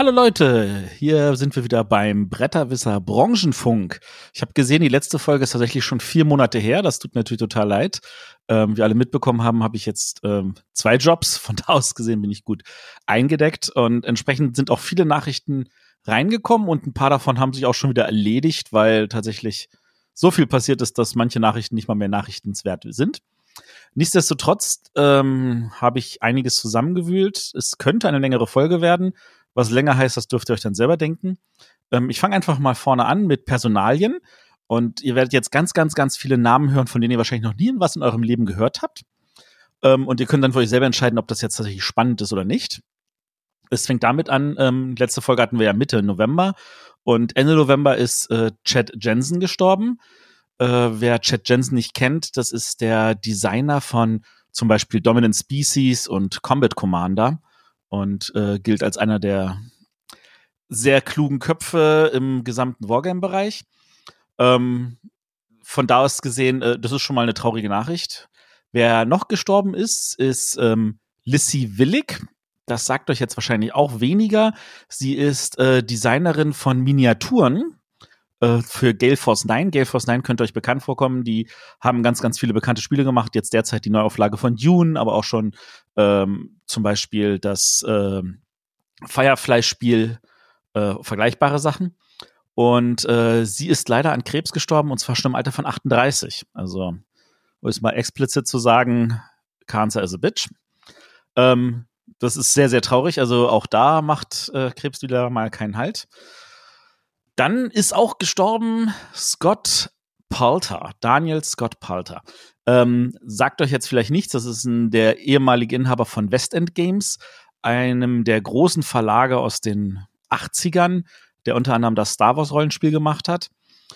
Hallo Leute, hier sind wir wieder beim Bretterwisser Branchenfunk. Ich habe gesehen, die letzte Folge ist tatsächlich schon 4 Monate her. Das tut mir natürlich total leid. Wie alle mitbekommen haben, habe ich jetzt 2 Jobs. Von da aus gesehen bin ich gut eingedeckt. Und entsprechend sind auch viele Nachrichten reingekommen und ein paar davon haben sich auch schon wieder erledigt, weil tatsächlich so viel passiert ist, dass manche Nachrichten nicht mal mehr nachrichtenswert sind. Nichtsdestotrotz habe ich einiges zusammengewühlt. Es könnte eine längere Folge werden. Was länger heißt, das dürft ihr euch dann selber denken. Ich fange einfach mal vorne an mit Personalien. Und ihr werdet jetzt ganz, ganz, ganz viele Namen hören, von denen ihr wahrscheinlich noch nie was in eurem Leben gehört habt. Und ihr könnt dann für euch selber entscheiden, ob das jetzt tatsächlich spannend ist oder nicht. Es fängt damit an, letzte Folge hatten wir ja Mitte November. Und Ende November ist Chad Jensen gestorben. Wer Chad Jensen nicht kennt, das ist der Designer von zum Beispiel Dominant Species und Combat Commander und gilt als einer der sehr klugen Köpfe im gesamten Wargame-Bereich. Von da aus gesehen, das ist schon mal eine traurige Nachricht. Wer noch gestorben ist Lissy Willig. Das sagt euch jetzt wahrscheinlich auch weniger. Sie ist Designerin von Miniaturen für Gale Force 9. Gale Force 9 könnte euch bekannt vorkommen. Die haben ganz, ganz viele bekannte Spiele gemacht. Jetzt derzeit die Neuauflage von Dune, aber auch schon zum Beispiel das Firefly-Spiel, vergleichbare Sachen. Und sie ist leider an Krebs gestorben, und zwar schon im Alter von 38. Also, um es mal explizit zu sagen, Cancer is a bitch. Das ist sehr, sehr traurig. Also auch da macht Krebs wieder mal keinen Halt. Dann ist auch gestorben Scott Palter, Daniel Scott Palter. Sagt euch jetzt vielleicht nichts, das ist der ehemalige Inhaber von West End Games, einem der großen Verlage aus den 80ern, der unter anderem das Star Wars Rollenspiel gemacht hat.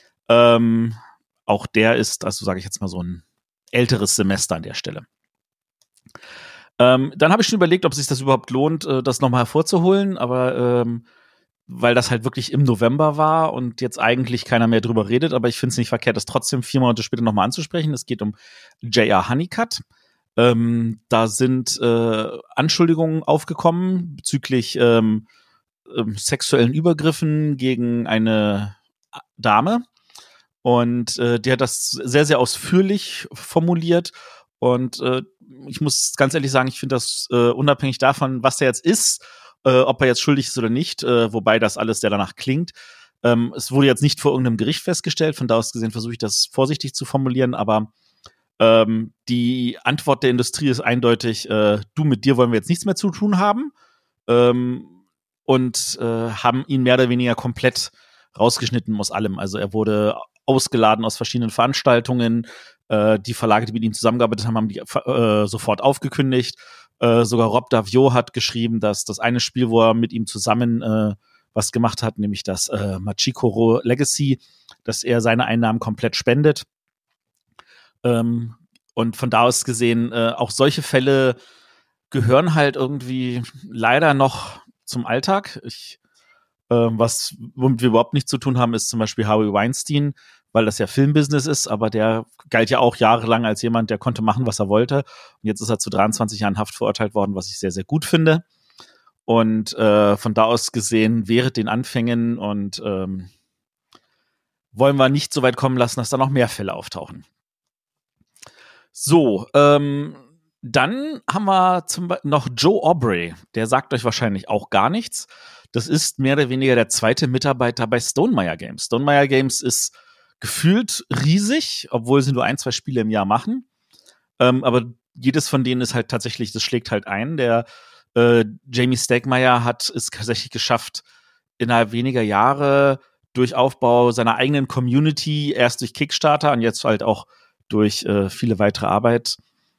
Auch der ist, also sage ich jetzt mal, so ein älteres Semester an der Stelle. Dann habe ich schon überlegt, ob es sich das überhaupt lohnt, das nochmal hervorzuholen, aber weil das halt wirklich im November war und jetzt eigentlich keiner mehr drüber redet, aber ich finde es nicht verkehrt, das trotzdem 4 Monate später nochmal anzusprechen. Es geht um J.R. Honeycutt. Da sind Anschuldigungen aufgekommen bezüglich sexuellen Übergriffen gegen eine Dame. Und die hat das sehr, sehr ausführlich formuliert. Und ich muss ganz ehrlich sagen, ich finde das unabhängig davon, was der jetzt ist, ob er jetzt schuldig ist oder nicht, wobei das alles sehr danach klingt. Es wurde jetzt nicht vor irgendeinem Gericht festgestellt, von da aus gesehen versuche ich das vorsichtig zu formulieren, aber die Antwort der Industrie ist eindeutig, du, mit dir wollen wir jetzt nichts mehr zu tun haben, und haben ihn mehr oder weniger komplett rausgeschnitten aus allem. Also er wurde ausgeladen aus verschiedenen Veranstaltungen, die Verlage, die mit ihm zusammengearbeitet haben, haben die sofort aufgekündigt. Sogar Rob Daviau hat geschrieben, dass das eine Spiel, wo er mit ihm zusammen was gemacht hat, nämlich das Machikoro Legacy, dass er seine Einnahmen komplett spendet. Und von da aus gesehen, auch solche Fälle gehören halt irgendwie leider noch zum Alltag. Was womit wir überhaupt nichts zu tun haben, ist zum Beispiel Harvey Weinstein, weil das ja Filmbusiness ist, aber der galt ja auch jahrelang als jemand, der konnte machen, was er wollte. Und jetzt ist er zu 23 Jahren Haft verurteilt worden, was ich sehr, sehr gut finde. Und von da aus gesehen, während den Anfängen und wollen wir nicht so weit kommen lassen, dass da noch mehr Fälle auftauchen. So, dann haben wir noch Joe Aubrey. Der sagt euch wahrscheinlich auch gar nichts. Das ist mehr oder weniger der zweite Mitarbeiter bei Stonemaier Games. Stonemaier Games ist gefühlt riesig, obwohl sie nur 1-2 Spiele im Jahr machen. Aber jedes von denen ist halt tatsächlich, das schlägt halt ein. Der Jamie Stegmaier hat es tatsächlich geschafft, innerhalb weniger Jahre durch Aufbau seiner eigenen Community, erst durch Kickstarter und jetzt halt auch durch viele weitere Arbeit,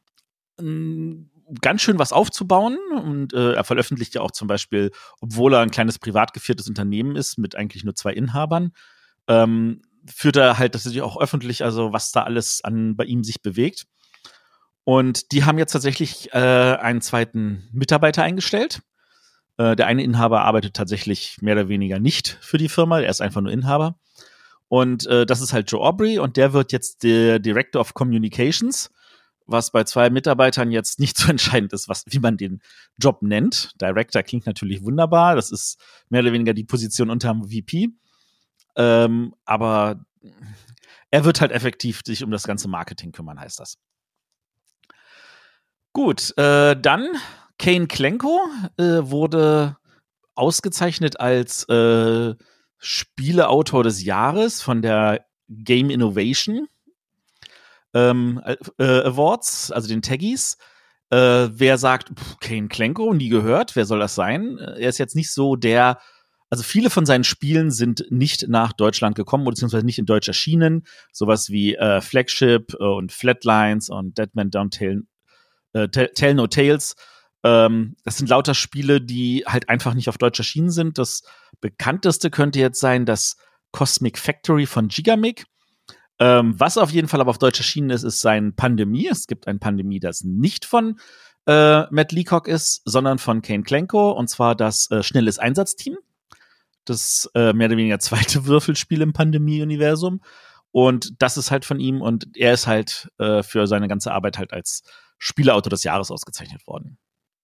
ganz schön was aufzubauen. Und er veröffentlicht ja auch zum Beispiel, obwohl er ein kleines privat geführtes Unternehmen ist, mit eigentlich nur 2 Inhabern, führt er halt natürlich auch öffentlich, also was da alles bei ihm sich bewegt. Und die haben jetzt tatsächlich einen zweiten Mitarbeiter eingestellt. Der eine Inhaber arbeitet tatsächlich mehr oder weniger nicht für die Firma, er ist einfach nur Inhaber. Und das ist halt Joe Aubrey und der wird jetzt der Director of Communications. was bei 2 Mitarbeitern jetzt nicht so entscheidend ist, wie man den Job nennt. Director klingt natürlich wunderbar. Das ist mehr oder weniger die Position unter dem VP. Aber er wird halt effektiv sich um das ganze Marketing kümmern, heißt das. Gut, dann Kane Klenko wurde ausgezeichnet als Spieleautor des Jahres von der Game Innovation Awards, also den Taggies. Wer sagt, Kane Klenko, nie gehört, wer soll das sein? Er ist jetzt nicht so also viele von seinen Spielen sind nicht nach Deutschland gekommen, beziehungsweise nicht in Deutsch erschienen. Sowas wie Flagship und Flatlines und Dead Man Don't Tell No Tales. Das sind lauter Spiele, die halt einfach nicht auf Deutsch erschienen sind. Das bekannteste könnte jetzt sein das Cosmic Factory von Gigamig. Was auf jeden Fall aber auf Deutsch erschienen ist, ist sein Pandemie. Es gibt ein Pandemie, das nicht von Matt Leacock ist, sondern von Kane Klenko, und zwar das Schnelles Einsatzteam. Das mehr oder weniger zweite Würfelspiel im Pandemie-Universum. Und das ist halt von ihm, und er ist halt für seine ganze Arbeit halt als Spieleautor des Jahres ausgezeichnet worden.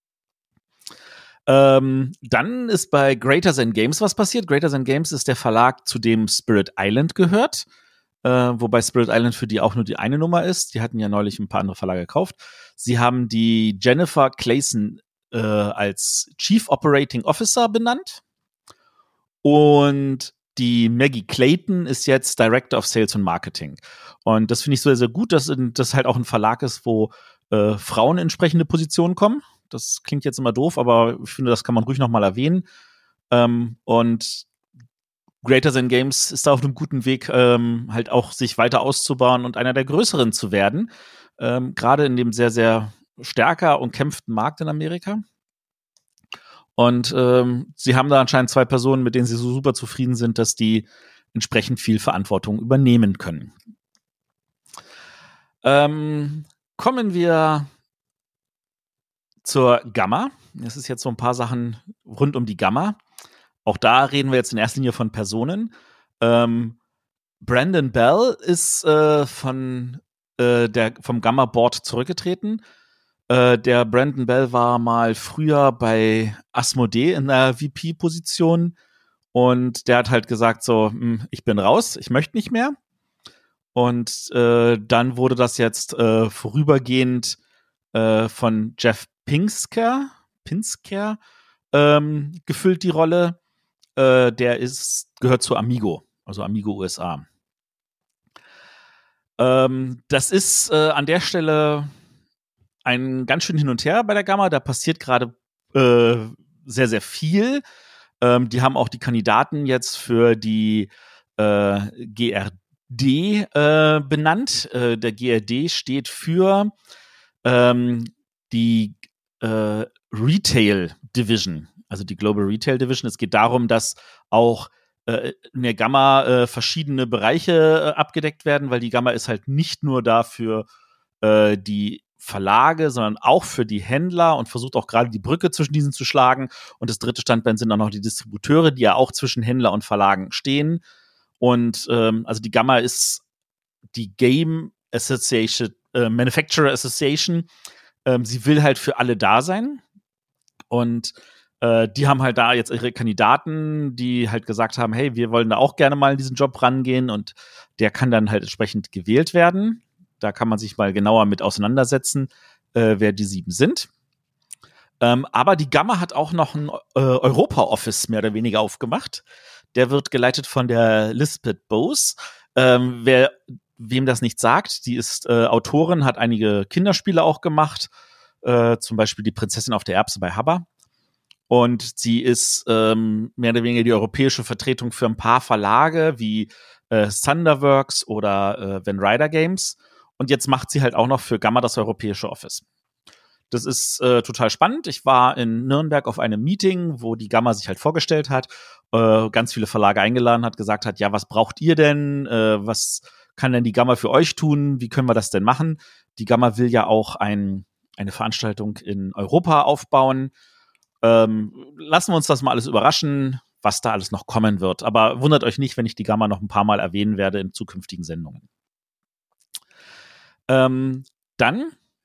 Dann ist bei Greater Than Games was passiert. Greater Than Games ist der Verlag, zu dem Spirit Island gehört. Wobei Spirit Island für die auch nur die eine Nummer ist. Die hatten ja neulich ein paar andere Verlage gekauft. Sie haben die Jennifer Clayson als Chief Operating Officer benannt. Und die Maggie Clayton ist jetzt Director of Sales und Marketing. Und das finde ich sehr, sehr gut, dass das halt auch ein Verlag ist, wo Frauen in entsprechende Positionen kommen. Das klingt jetzt immer doof, aber ich finde, das kann man ruhig nochmal erwähnen. Und Greater Than Games ist da auf einem guten Weg, halt auch sich weiter auszubauen und einer der größeren zu werden. Gerade in dem sehr, sehr stärker umkämpften Markt in Amerika. Und sie haben da anscheinend 2 Personen, mit denen sie so super zufrieden sind, dass die entsprechend viel Verantwortung übernehmen können. Kommen wir zur Gamma. Es ist jetzt so ein paar Sachen rund um die Gamma. Auch da reden wir jetzt in erster Linie von Personen. Brandon Bell ist vom Gamma-Board zurückgetreten. Der Brandon Bell war mal früher bei Asmodee in der VP-Position, und der hat halt gesagt so, ich bin raus, ich möchte nicht mehr. Und dann wurde das jetzt vorübergehend von Jeff Pinsker gefüllt, die Rolle. Der gehört zu Amigo, also Amigo USA. Das ist an der Stelle ein ganz schön hin und her bei der Gamma. Da passiert gerade sehr, sehr viel. Die haben auch die Kandidaten jetzt für die GRD benannt. Der GRD steht für die Retail Division, also die Global Retail Division. Es geht darum, dass auch in der Gamma verschiedene Bereiche abgedeckt werden, weil die Gamma ist halt nicht nur dafür die Verlage, sondern auch für die Händler und versucht auch gerade die Brücke zwischen diesen zu schlagen. Und das dritte Standbein sind auch noch die Distributeure, die ja auch zwischen Händler und Verlagen stehen. Und also die Gamma ist die Game Association, Manufacturer Association. Sie will halt für alle da sein. Und die haben halt da jetzt ihre Kandidaten, die halt gesagt haben, hey, wir wollen da auch gerne mal in diesen Job rangehen, und der kann dann halt entsprechend gewählt werden. Da kann man sich mal genauer mit auseinandersetzen, wer die 7 sind. Aber die Gamma hat auch noch ein Europa-Office mehr oder weniger aufgemacht. Der wird geleitet von der Lisbeth Bose. Wem das nicht sagt, die ist Autorin, hat einige Kinderspiele auch gemacht, zum Beispiel Die Prinzessin auf der Erbse bei Habba. Und sie ist mehr oder weniger die europäische Vertretung für ein paar Verlage wie Thunderworks oder Van Ryder Games. Und jetzt macht sie halt auch noch für Gamma das europäische Office. Das ist total spannend. Ich war in Nürnberg auf einem Meeting, wo die Gamma sich halt vorgestellt hat, ganz viele Verlage eingeladen hat, gesagt hat, ja, was braucht ihr denn? Was kann denn die Gamma für euch tun? Wie können wir das denn machen? Die Gamma will ja auch eine Veranstaltung in Europa aufbauen. Lassen wir uns das mal alles überraschen, was da alles noch kommen wird. Aber wundert euch nicht, wenn ich die Gamma noch ein paar Mal erwähnen werde in zukünftigen Sendungen. Dann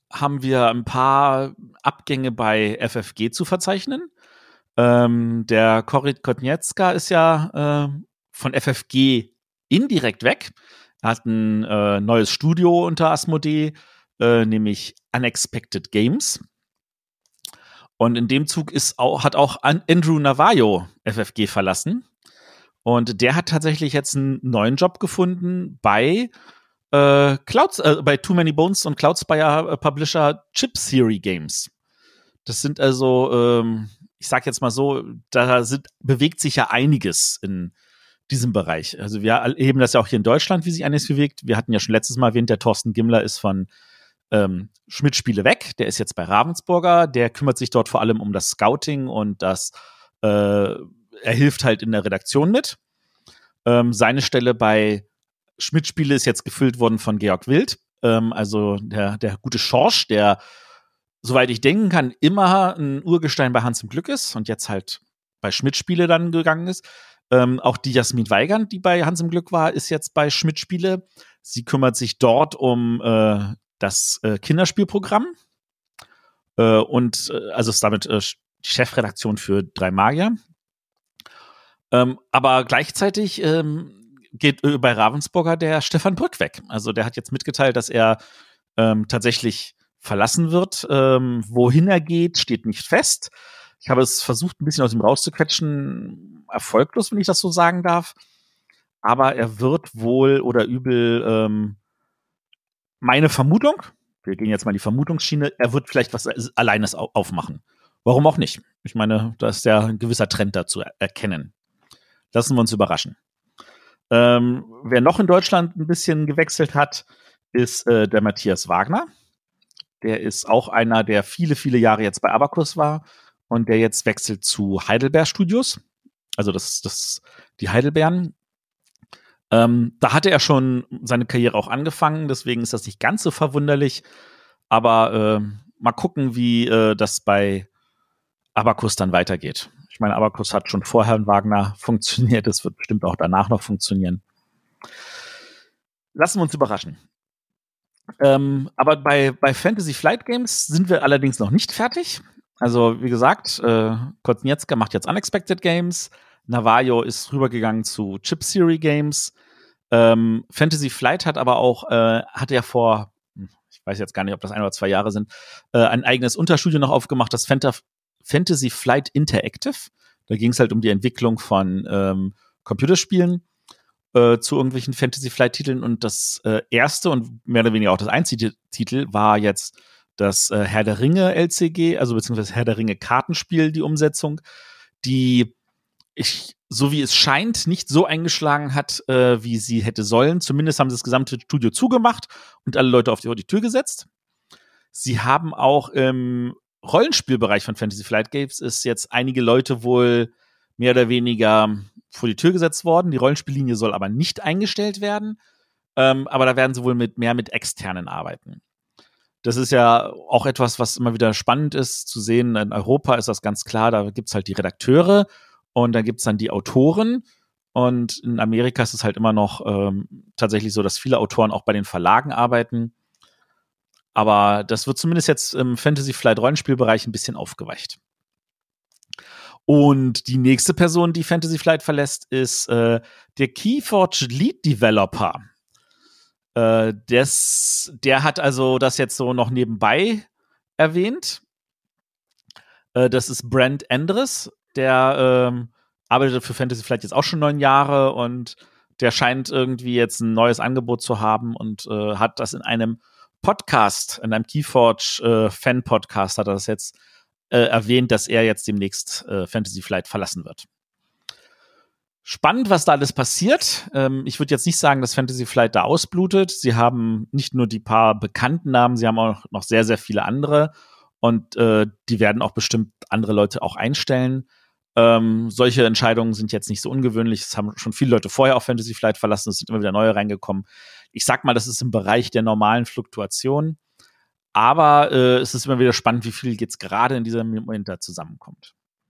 haben wir ein paar Abgänge bei FFG zu verzeichnen. Der Cory Kotnietzka ist ja von FFG indirekt weg. Er hat ein neues Studio unter Asmodee, nämlich Unexpected Games. Und in dem Zug hat auch Andrew Navajo FFG verlassen. Und der hat tatsächlich jetzt einen neuen Job gefunden bei bei Too Many Bones und Cloudspire Publisher Chip Theory Games. Das sind also, ich sag jetzt mal so, bewegt sich ja einiges in diesem Bereich. Also wir erleben das ja auch hier in Deutschland, wie sich einiges bewegt. Wir hatten ja schon letztes Mal erwähnt, der Thorsten Gimmler ist von Schmidt Spiele weg. Der ist jetzt bei Ravensburger. Der kümmert sich dort vor allem um das Scouting und er hilft halt in der Redaktion mit. Seine Stelle bei Schmidt Spiele ist jetzt gefüllt worden von Georg Wild. Also der gute Schorsch, der, soweit ich denken kann, immer ein Urgestein bei Hans im Glück ist und jetzt halt bei Schmidt Spiele dann gegangen ist. Auch die Jasmin Weigand, die bei Hans im Glück war, ist jetzt bei Schmidt Spiele. Sie kümmert sich dort um das Kinderspielprogramm und also ist damit die Chefredaktion für 3 Magier. Aber gleichzeitig geht bei Ravensburger der Stefan Brück weg. Also der hat jetzt mitgeteilt, dass er tatsächlich verlassen wird. Wohin er geht, steht nicht fest. Ich habe es versucht, ein bisschen aus ihm rauszuquetschen. Erfolglos, wenn ich das so sagen darf. Aber er wird wohl oder übel, meine Vermutung, wir gehen jetzt mal in die Vermutungsschiene, er wird vielleicht was Alleines aufmachen. Warum auch nicht? Ich meine, da ist ja ein gewisser Trend dazu erkennen. Lassen wir uns überraschen. Wer noch in Deutschland ein bisschen gewechselt hat, ist der Matthias Wagner. Der ist auch einer, der viele, viele Jahre jetzt bei Abacus war und der jetzt wechselt zu Heidelberg Studios. Also die Heidelbeeren. Da hatte er schon seine Karriere auch angefangen, deswegen ist das nicht ganz so verwunderlich. Aber mal gucken, wie das bei Abacus dann weitergeht. Ich meine, Abacus hat schon vorher in Wagner funktioniert, es wird bestimmt auch danach noch funktionieren. Lassen wir uns überraschen. Aber bei Fantasy Flight Games sind wir allerdings noch nicht fertig. Also, wie gesagt, Kotnietzka macht jetzt Unexpected Games, Navajo ist rübergegangen zu Chip Theory Games. Fantasy Flight hat aber auch, hatte ja vor, ich weiß jetzt gar nicht, ob das 1 oder 2 Jahre sind, ein eigenes Unterstudio noch aufgemacht, das Fantasy Flight Interactive. Da ging es halt um die Entwicklung von Computerspielen zu irgendwelchen Fantasy Flight Titeln und das erste und mehr oder weniger auch das einzige Titel war jetzt das Herr der Ringe LCG, also beziehungsweise Herr der Ringe Kartenspiel, die Umsetzung, die so wie es scheint, nicht so eingeschlagen hat, wie sie hätte sollen. Zumindest haben sie das gesamte Studio zugemacht und alle Leute vor die Tür gesetzt. Sie haben auch im Rollenspielbereich von Fantasy Flight Games ist jetzt einige Leute wohl mehr oder weniger vor die Tür gesetzt worden. Die Rollenspiellinie soll aber nicht eingestellt werden. Aber da werden sie wohl mehr mit externen arbeiten. Das ist ja auch etwas, was immer wieder spannend ist zu sehen. In Europa ist das ganz klar, da gibt es halt die Redakteure und dann gibt es dann die Autoren. Und in Amerika ist es halt immer noch tatsächlich so, dass viele Autoren auch bei den Verlagen arbeiten. Aber das wird zumindest jetzt im Fantasy Flight Rollenspielbereich ein bisschen aufgeweicht. Und die nächste Person, die Fantasy Flight verlässt, ist der Keyforge Lead Developer. Der hat also das jetzt so noch nebenbei erwähnt. Das ist Brent Andres, der arbeitet für Fantasy Flight jetzt auch schon 9 Jahre und der scheint irgendwie jetzt ein neues Angebot zu haben und hat das in einem Podcast, in einem Keyforge Fan-Podcast hat er das jetzt erwähnt, dass er jetzt demnächst Fantasy Flight verlassen wird. Spannend, was da alles passiert. Ich würde jetzt nicht sagen, dass Fantasy Flight da ausblutet. Sie haben nicht nur die paar bekannten Namen, sie haben auch noch sehr, sehr viele andere. Und die werden auch bestimmt andere Leute auch einstellen. Solche Entscheidungen sind jetzt nicht so ungewöhnlich. Es haben schon viele Leute vorher auch Fantasy Flight verlassen. Es sind immer wieder neue reingekommen. Ich sag mal, das ist im Bereich der normalen Fluktuation. Aber es ist immer wieder spannend, wie viel jetzt gerade in diesem Moment da zusammenkommt.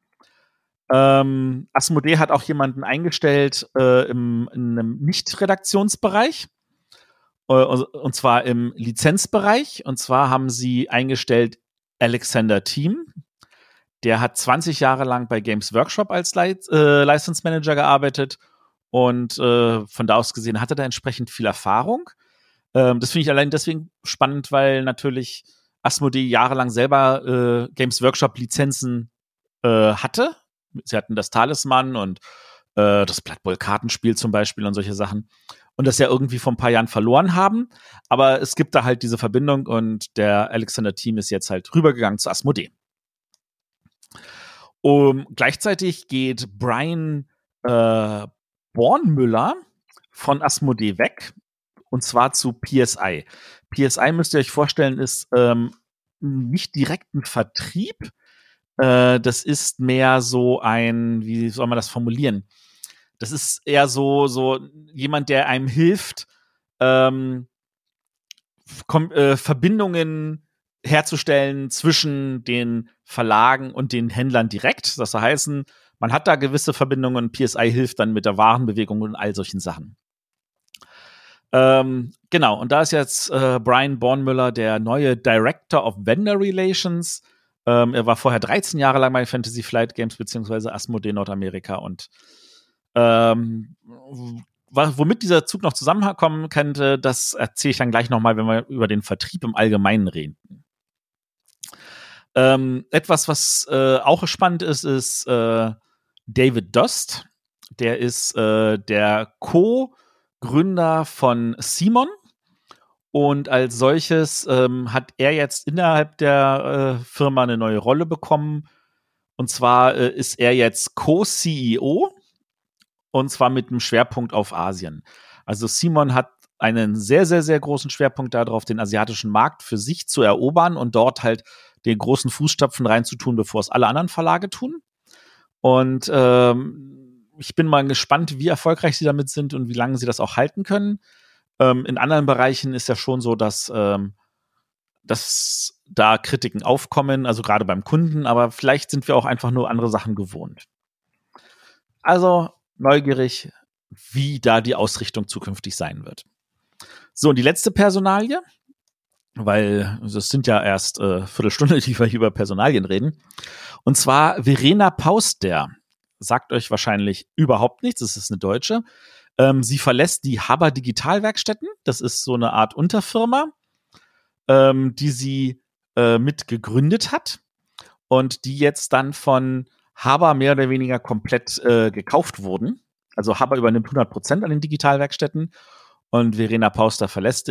Asmodee hat auch jemanden eingestellt in einem Nicht-Redaktionsbereich. und zwar im Lizenzbereich. Und zwar haben sie eingestellt Alexander Thiem. Der hat 20 Jahre lang bei Games Workshop als License Manager gearbeitet und von da aus gesehen hat er da entsprechend viel Erfahrung. Das finde ich allein deswegen spannend, weil natürlich Asmodee jahrelang selber Games Workshop Lizenzen hatte. Sie hatten das Talisman und das Blood Bowl Kartenspiel zum Beispiel und solche Sachen. Und das ja irgendwie vor ein paar Jahren verloren haben. Aber es gibt da halt diese Verbindung und der Alexander Thiem ist jetzt halt rübergegangen zu Asmodee. Gleichzeitig geht Brian Bornmüller von Asmodee weg und zwar zu PSI. PSI müsst ihr euch vorstellen, ist nicht direkt ein Vertrieb. Das ist mehr so ein, wie soll man das formulieren? Das ist eher so jemand, der einem hilft, Verbindungen herzustellen zwischen den Verlagen und den Händlern direkt. Das heißt, man hat da gewisse Verbindungen und PSI hilft dann mit der Warenbewegung und all solchen Sachen. Genau, und da ist jetzt Brian Bornmüller der neue Director of Vendor Relations. Er war vorher 13 Jahre lang bei Fantasy Flight Games beziehungsweise Asmodee Nordamerika und womit dieser Zug noch zusammenkommen könnte, das erzähle ich dann gleich nochmal, wenn wir über den Vertrieb im Allgemeinen reden. Etwas, was auch spannend ist David Dost. Der ist der Co-Gründer von Simon. Und als solches hat er jetzt innerhalb der Firma eine neue Rolle bekommen. Und zwar ist er jetzt Co-CEO. Und zwar mit einem Schwerpunkt auf Asien. Also Simon hat einen sehr, sehr, sehr großen Schwerpunkt darauf, den asiatischen Markt für sich zu erobern und dort halt den großen Fußstapfen reinzutun, bevor es alle anderen Verlage tun. Und ich bin mal gespannt, wie erfolgreich sie damit sind und wie lange sie das auch halten können. In anderen Bereichen ist ja schon so, dass da Kritiken aufkommen, also gerade beim Kunden, aber vielleicht sind wir auch einfach nur andere Sachen gewohnt. Also neugierig, wie da die Ausrichtung zukünftig sein wird. So, und die letzte Personalie, weil es sind ja erst Viertelstunde, die wir hier über Personalien reden. Und zwar Verena Pauster. Sagt euch wahrscheinlich überhaupt nichts, das ist eine Deutsche. Sie verlässt die Haber Digitalwerkstätten. Das ist so eine Art Unterfirma, die sie mit gegründet hat und die jetzt dann von Haber mehr oder weniger komplett gekauft wurden. Also Haber übernimmt 100% an den Digitalwerkstätten und Verena Pauster verlässt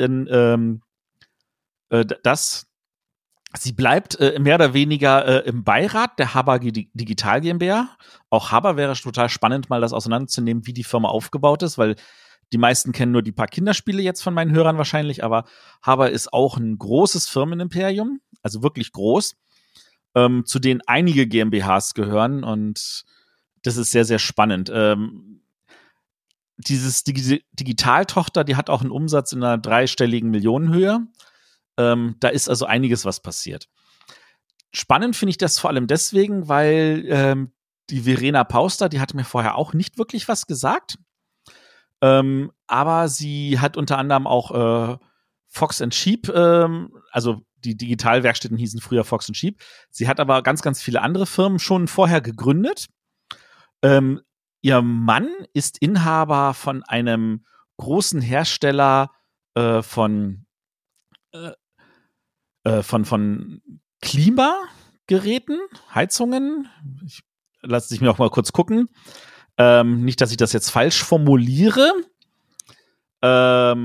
das. Sie bleibt mehr oder weniger im Beirat der Haber Digital GmbH. Auch Haber wäre total spannend, mal das auseinanderzunehmen, wie die Firma aufgebaut ist, weil die meisten kennen nur die paar Kinderspiele jetzt von meinen Hörern wahrscheinlich, aber Haber ist auch ein großes Firmenimperium, also wirklich groß, zu denen einige GmbHs gehören und das ist sehr, sehr spannend. Dieses Digitaltochter, die hat auch einen Umsatz in einer dreistelligen Millionenhöhe. Da ist also einiges, was passiert. Spannend finde ich das vor allem deswegen, weil die Verena Pauster, die hatte mir vorher auch nicht wirklich was gesagt. Aber sie hat unter anderem auch Fox and Sheep, also die Digitalwerkstätten hießen früher Fox and Sheep. Sie hat aber ganz, ganz viele andere Firmen schon vorher gegründet. Ihr Mann ist Inhaber von einem großen Hersteller von Klimageräten, Heizungen. Lass mich auch mal kurz gucken. Nicht, dass ich das jetzt falsch formuliere. Ja,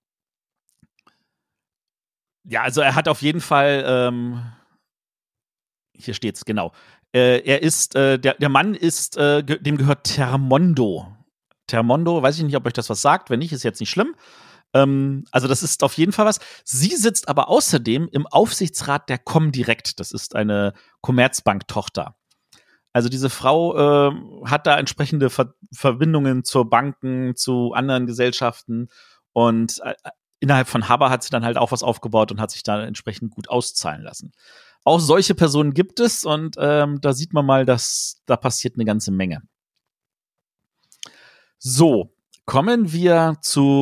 also er hat auf jeden Fall, hier steht's, genau. Er ist, der Mann ist, dem gehört Thermondo. Thermondo, weiß ich nicht, ob euch das was sagt. Wenn nicht, ist jetzt nicht schlimm. Also das ist auf jeden Fall was. Sie sitzt aber außerdem im Aufsichtsrat der Comdirect. Das ist eine Commerzbank-Tochter. Also diese Frau hat da entsprechende Verbindungen zu Banken, zu anderen Gesellschaften und innerhalb von Haber hat sie dann halt auch was aufgebaut und hat sich da entsprechend gut auszahlen lassen. Auch solche Personen gibt es und da sieht man mal, dass da passiert eine ganze Menge. So, kommen wir zu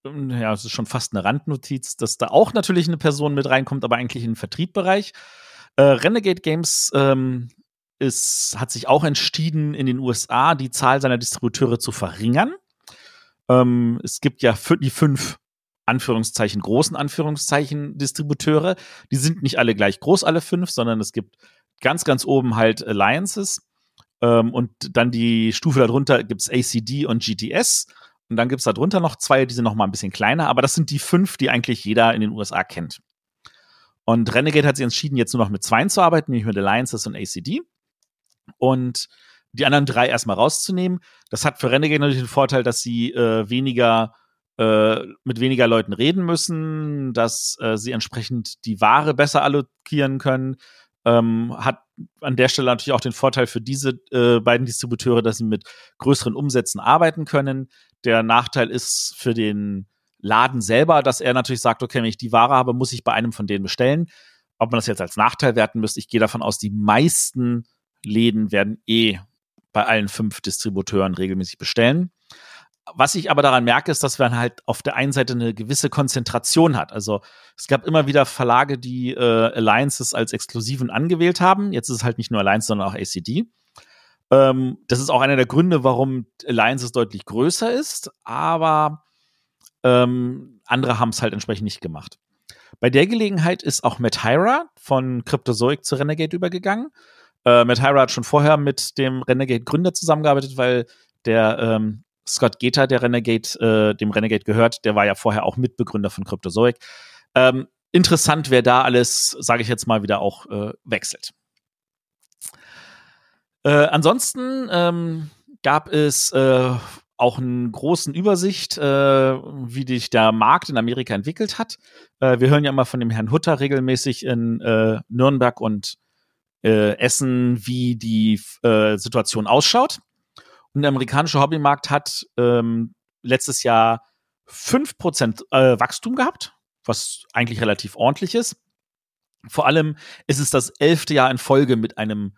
ja, es ist schon fast eine Randnotiz, dass da auch natürlich eine Person mit reinkommt, aber eigentlich in den Vertriebbereich. Renegade Games hat sich auch entschieden, in den USA die Zahl seiner Distributeure zu verringern. Es gibt ja die 5 Anführungszeichen, großen Anführungszeichen Distributeure. Die sind nicht alle gleich groß, alle 5, sondern es gibt ganz, ganz oben halt Alliances. Und dann die Stufe darunter gibt's ACD und GTS. Und dann gibt's darunter noch 2, die sind noch mal ein bisschen kleiner. Aber das sind die 5, die eigentlich jeder in den USA kennt. Und Renegade hat sich entschieden, jetzt nur noch mit 2 zu arbeiten, nämlich mit Alliances und ACD. Und die anderen 3 erstmal rauszunehmen. Das hat für Renegade natürlich den Vorteil, dass sie mit weniger Leuten reden müssen, dass sie entsprechend die Ware besser allokieren können. Hat an der Stelle natürlich auch den Vorteil für diese beiden Distributeure, dass sie mit größeren Umsätzen arbeiten können. Der Nachteil ist für den Laden selber, dass er natürlich sagt, okay, wenn ich die Ware habe, muss ich bei einem von denen bestellen. Ob man das jetzt als Nachteil werten müsste, ich gehe davon aus, die meisten Läden werden bei allen 5 Distributeuren regelmäßig bestellen. Was ich aber daran merke, ist, dass man halt auf der einen Seite eine gewisse Konzentration hat. Also es gab immer wieder Verlage, die Alliances als Exklusiven angewählt haben. Jetzt ist es halt nicht nur Alliance, sondern auch ACD. Das ist auch einer der Gründe, warum Alliances deutlich größer ist, aber andere haben es halt entsprechend nicht gemacht. Bei der Gelegenheit ist auch Matt Hyra von Cryptozoic zu Renegade übergegangen. Matt Hyra hat schon vorher mit dem Renegade-Gründer zusammengearbeitet, weil der Scott Geta, der dem Renegade gehört, der war ja vorher auch Mitbegründer von Cryptozoic. Interessant, wer da alles, sage ich jetzt mal, wieder auch wechselt. Ansonsten gab es auch eine großen Übersicht, wie sich der Markt in Amerika entwickelt hat. Wir hören ja immer von dem Herrn Hutter regelmäßig in Nürnberg und Essen, wie die Situation ausschaut. Und der amerikanische Hobbymarkt hat letztes Jahr 5% Wachstum gehabt, was eigentlich relativ ordentlich ist. Vor allem ist es das 11. Jahr in Folge mit einem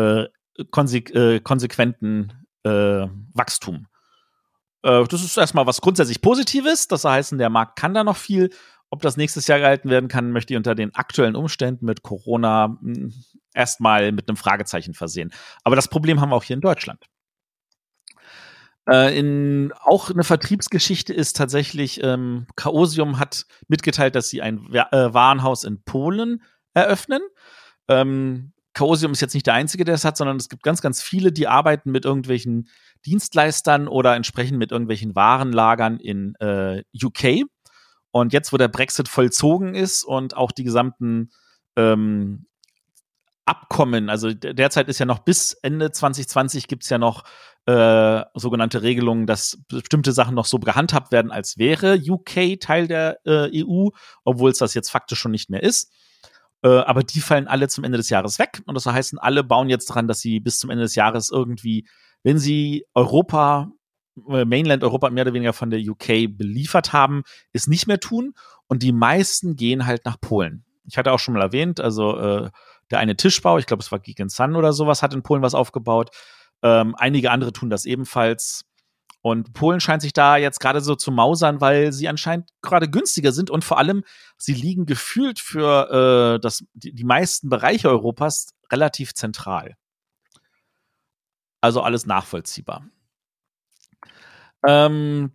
konsequenten Wachstum. Das ist erstmal was grundsätzlich Positives. Das heißt, der Markt kann da noch viel. Ob das nächstes Jahr gehalten werden kann, möchte ich unter den aktuellen Umständen mit Corona erstmal mit einem Fragezeichen versehen. Aber das Problem haben wir auch hier in Deutschland. Auch eine Vertriebsgeschichte ist tatsächlich, Chaosium hat mitgeteilt, dass sie ein Warenhaus in Polen eröffnen. Chaosium ist jetzt nicht der einzige, der es hat, sondern es gibt ganz, ganz viele, die arbeiten mit irgendwelchen Dienstleistern oder entsprechend mit irgendwelchen Warenlagern in UK. Und jetzt, wo der Brexit vollzogen ist und auch die gesamten Abkommen, also derzeit ist ja noch bis Ende 2020 gibt's ja noch sogenannte Regelungen, dass bestimmte Sachen noch so gehandhabt werden, als wäre UK Teil der EU, obwohl es das jetzt faktisch schon nicht mehr ist. Aber die fallen alle zum Ende des Jahres weg. Und das heißt, alle bauen jetzt dran, dass sie bis zum Ende des Jahres irgendwie, wenn sie Mainland Europa mehr oder weniger von der UK beliefert haben, es nicht mehr tun. Und die meisten gehen halt nach Polen. Ich hatte auch schon mal erwähnt, also der eine Tischbau, ich glaube, es war Geek & Sun oder sowas, hat in Polen was aufgebaut. Einige andere tun das ebenfalls. Und Polen scheint sich da jetzt gerade so zu mausern, weil sie anscheinend gerade günstiger sind und vor allem, sie liegen gefühlt für die meisten Bereiche Europas relativ zentral. Also alles nachvollziehbar. Dann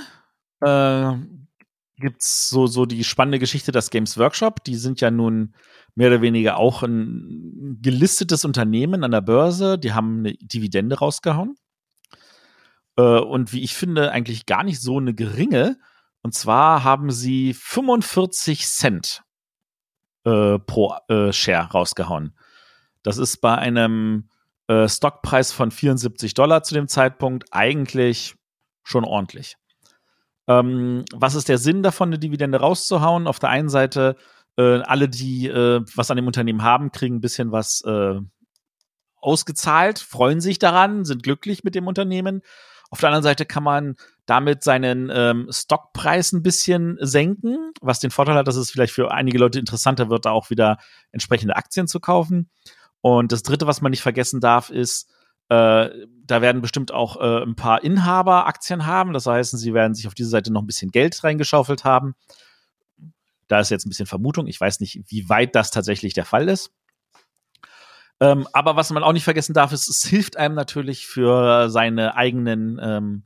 gibt's so die spannende Geschichte des Games Workshop. Die sind ja nun mehr oder weniger auch ein gelistetes Unternehmen an der Börse. Die haben eine Dividende rausgehauen. Und wie ich finde, eigentlich gar nicht so eine geringe. Und zwar haben sie 45 Cent pro Share rausgehauen. Das ist bei einem Stockpreis von $74 zu dem Zeitpunkt eigentlich schon ordentlich. Was ist der Sinn davon, eine Dividende rauszuhauen? Auf der einen Seite, alle, die was an dem Unternehmen haben, kriegen ein bisschen was ausgezahlt, freuen sich daran, sind glücklich mit dem Unternehmen. Auf der anderen Seite kann man damit seinen Stockpreis ein bisschen senken, was den Vorteil hat, dass es vielleicht für einige Leute interessanter wird, da auch wieder entsprechende Aktien zu kaufen. Und das Dritte, was man nicht vergessen darf, ist, Da werden bestimmt auch ein paar Inhaber Aktien haben. Das heißt, sie werden sich auf diese Seite noch ein bisschen Geld reingeschaufelt haben. Da ist jetzt ein bisschen Vermutung. Ich weiß nicht, wie weit das tatsächlich der Fall ist. Aber was man auch nicht vergessen darf, ist, es hilft einem natürlich für seine eigenen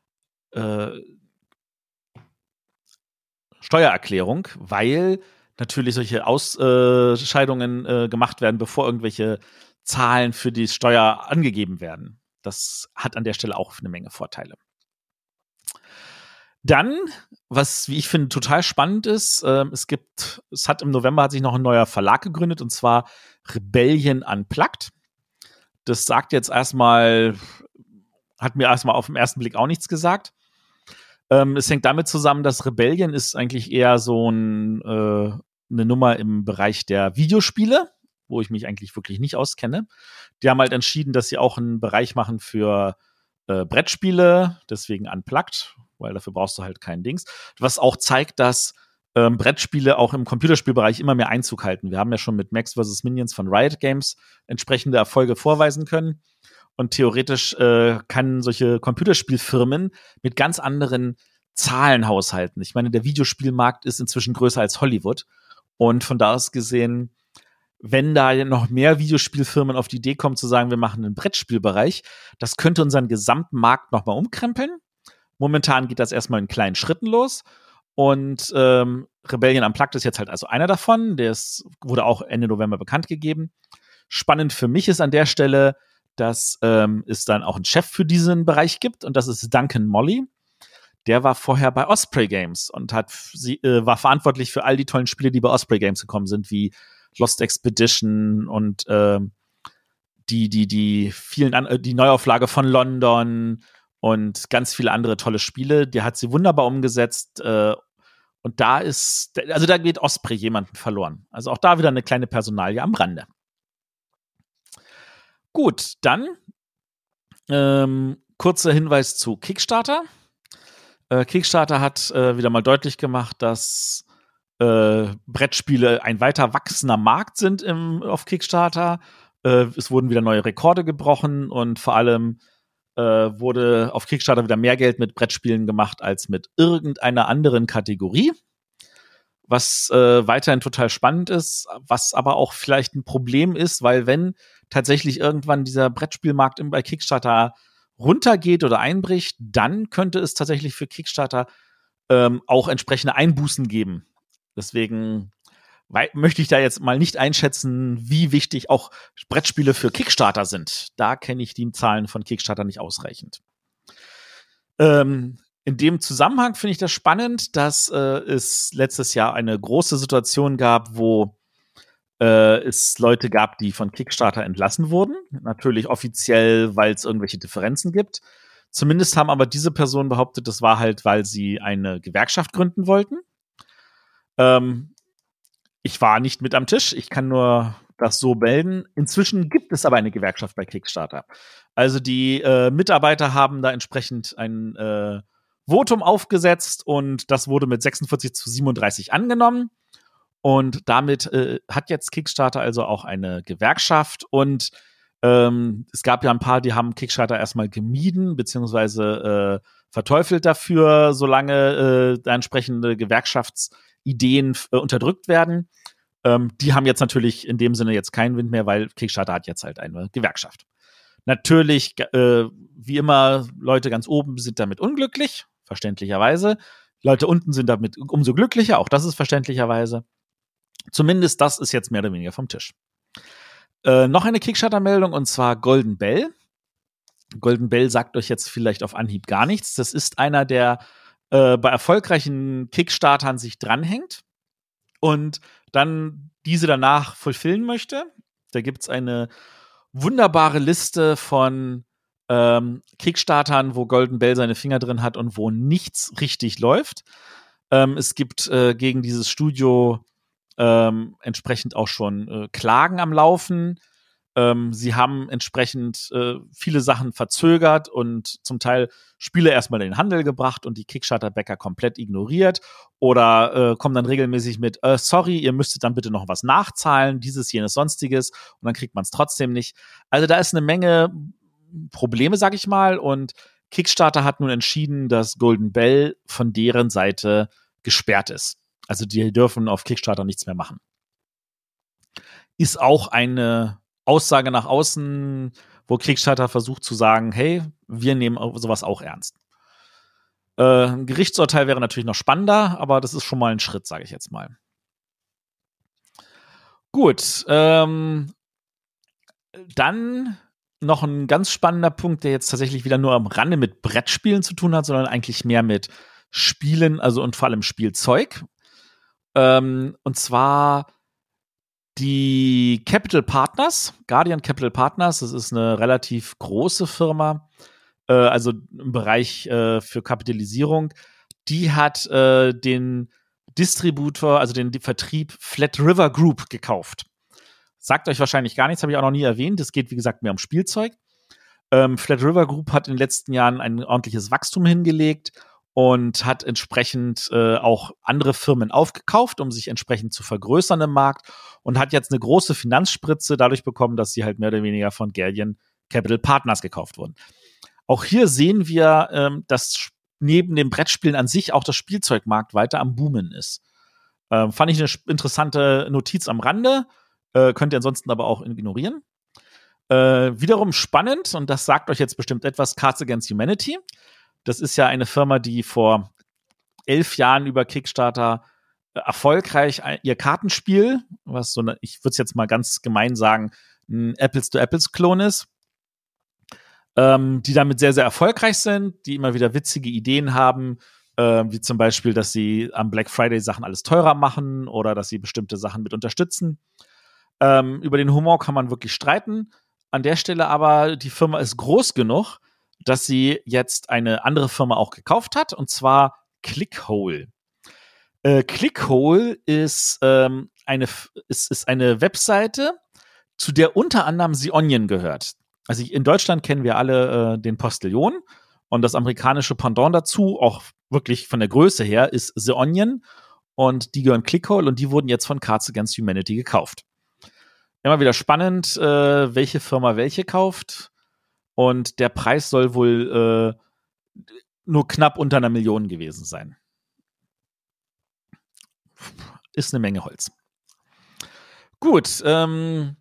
Steuererklärung, weil natürlich solche Ausscheidungen gemacht werden, bevor irgendwelche Zahlen für die Steuer angegeben werden. Das hat an der Stelle auch eine Menge Vorteile. Dann, was, wie ich finde, total spannend ist, im November hat sich noch ein neuer Verlag gegründet, und zwar Rebellion Unplugged. Das sagt jetzt erstmal, hat mir erstmal auf den ersten Blick auch nichts gesagt. Es hängt damit zusammen, dass Rebellion ist eigentlich eher so eine Nummer im Bereich der Videospiele, wo ich mich eigentlich wirklich nicht auskenne. Die haben halt entschieden, dass sie auch einen Bereich machen für Brettspiele, deswegen Unplugged, weil dafür brauchst du halt kein Dings. Was auch zeigt, dass Brettspiele auch im Computerspielbereich immer mehr Einzug halten. Wir haben ja schon mit Max vs. Minions von Riot Games entsprechende Erfolge vorweisen können. Und theoretisch kann solche Computerspielfirmen mit ganz anderen Zahlen haushalten. Ich meine, der Videospielmarkt ist inzwischen größer als Hollywood. Und von da aus gesehen, wenn da noch mehr Videospielfirmen auf die Idee kommen, zu sagen, wir machen einen Brettspielbereich, das könnte unseren gesamten Markt nochmal umkrempeln. Momentan geht das erstmal in kleinen Schritten los. Und Rebellion Unplugged ist jetzt halt also einer davon. Wurde auch Ende November bekannt gegeben. Spannend für mich ist an der Stelle, dass es dann auch einen Chef für diesen Bereich gibt, und das ist Duncan Molly. Der war vorher bei Osprey Games und war verantwortlich für all die tollen Spiele, die bei Osprey Games gekommen sind, wie Lost Expedition und die Neuauflage von London und ganz viele andere tolle Spiele. Der hat sie wunderbar umgesetzt. Und da geht Osprey jemanden verloren. Also auch da wieder eine kleine Personalie am Rande. Gut, dann kurzer Hinweis zu Kickstarter. Kickstarter hat wieder mal deutlich gemacht, dass Brettspiele ein weiter wachsender Markt sind auf Kickstarter. Es wurden wieder neue Rekorde gebrochen, und vor allem wurde auf Kickstarter wieder mehr Geld mit Brettspielen gemacht als mit irgendeiner anderen Kategorie. Was weiterhin total spannend ist, was aber auch vielleicht ein Problem ist, weil wenn tatsächlich irgendwann dieser Brettspielmarkt bei Kickstarter runtergeht oder einbricht, dann könnte es tatsächlich für Kickstarter auch entsprechende Einbußen geben. Deswegen möchte ich da jetzt mal nicht einschätzen, wie wichtig auch Brettspiele für Kickstarter sind. Da kenne ich die Zahlen von Kickstarter nicht ausreichend. In dem Zusammenhang finde ich das spannend, dass es letztes Jahr eine große Situation gab, wo es Leute gab, die von Kickstarter entlassen wurden. Natürlich offiziell, weil es irgendwelche Differenzen gibt. Zumindest haben aber diese Personen behauptet, das war halt, weil sie eine Gewerkschaft gründen wollten. Ich war nicht mit am Tisch. Ich kann nur das so melden. Inzwischen gibt es aber eine Gewerkschaft bei Kickstarter. Also die Mitarbeiter haben da entsprechend ein Votum aufgesetzt, und das wurde mit 46:37 angenommen. Und damit hat jetzt Kickstarter also auch eine Gewerkschaft, und es gab ja ein paar, die haben Kickstarter erstmal gemieden, beziehungsweise verteufelt dafür, solange da entsprechende Gewerkschaftsideen unterdrückt werden. Die haben jetzt natürlich in dem Sinne jetzt keinen Wind mehr, weil Kickstarter hat jetzt halt eine Gewerkschaft. Natürlich, wie immer, Leute ganz oben sind damit unglücklich, verständlicherweise. Leute unten sind damit umso glücklicher, auch das ist verständlicherweise. Zumindest das ist jetzt mehr oder weniger vom Tisch. Noch eine Kickstarter-Meldung, und zwar Golden Bell. Golden Bell sagt euch jetzt vielleicht auf Anhieb gar nichts. Das ist einer, der bei erfolgreichen Kickstartern sich dranhängt und dann diese danach fulfillen möchte. Da gibt es eine wunderbare Liste von Kickstartern, wo Golden Bell seine Finger drin hat und wo nichts richtig läuft. Es gibt gegen dieses Studio entsprechend auch schon Klagen am Laufen. Sie haben entsprechend viele Sachen verzögert und zum Teil Spiele erstmal in den Handel gebracht und die Kickstarter-Bäcker komplett ignoriert oder kommen dann regelmäßig mit, sorry, ihr müsstet dann bitte noch was nachzahlen, dieses, jenes, sonstiges, und dann kriegt man es trotzdem nicht. Also da ist eine Menge Probleme, sag ich mal. Und Kickstarter hat nun entschieden, dass Golden Bell von deren Seite gesperrt ist. Also die dürfen auf Kickstarter nichts mehr machen. Ist auch eine Aussage nach außen, wo Kickstarter versucht zu sagen, hey, wir nehmen sowas auch ernst. Ein Gerichtsurteil wäre natürlich noch spannender, aber das ist schon mal ein Schritt, sage ich jetzt mal. Gut, dann noch ein ganz spannender Punkt, der jetzt tatsächlich wieder nur am Rande mit Brettspielen zu tun hat, sondern eigentlich mehr mit Spielen, also und vor allem Spielzeug. Und zwar die Capital Partners, Guardian Capital Partners, das ist eine relativ große Firma, also im Bereich für Kapitalisierung. Die hat den Distributor, also den Vertrieb Flat River Group gekauft. Sagt euch wahrscheinlich gar nichts, habe ich auch noch nie erwähnt. Es geht, wie gesagt, mehr um Spielzeug. Flat River Group hat in den letzten Jahren ein ordentliches Wachstum hingelegt und hat entsprechend auch andere Firmen aufgekauft, um sich entsprechend zu vergrößern im Markt und hat jetzt eine große Finanzspritze dadurch bekommen, dass sie halt mehr oder weniger von Guardian Capital Partners gekauft wurden. Auch hier sehen wir, dass neben den Brettspielen an sich auch das Spielzeugmarkt weiter am Boomen ist. Fand ich eine interessante Notiz am Rande, könnt ihr ansonsten aber auch ignorieren. Wiederum spannend, und das sagt euch jetzt bestimmt etwas, Cards Against Humanity. Das ist ja eine Firma, die vor 11 Jahren über Kickstarter erfolgreich ihr Kartenspiel, was so eine, ich würde es jetzt mal ganz gemein sagen, ein Apples-to-Apples-Klon ist, die damit sehr, sehr erfolgreich sind, die immer wieder witzige Ideen haben, wie zum Beispiel, dass sie am Black Friday Sachen alles teurer machen oder dass sie bestimmte Sachen mit unterstützen. Über den Humor kann man wirklich streiten. An der Stelle aber, die Firma ist groß genug, dass sie jetzt eine andere Firma auch gekauft hat, und zwar Clickhole. Clickhole ist eine Webseite, zu der unter anderem The Onion gehört. Also in Deutschland kennen wir alle den Postillon, und das amerikanische Pendant dazu, auch wirklich von der Größe her, ist The Onion, und die gehören Clickhole, und die wurden jetzt von Cards Against Humanity gekauft. Immer wieder spannend, welche Firma welche kauft. Und der Preis soll wohl nur knapp unter 1 Million gewesen sein. Ist eine Menge Holz. Gut, dann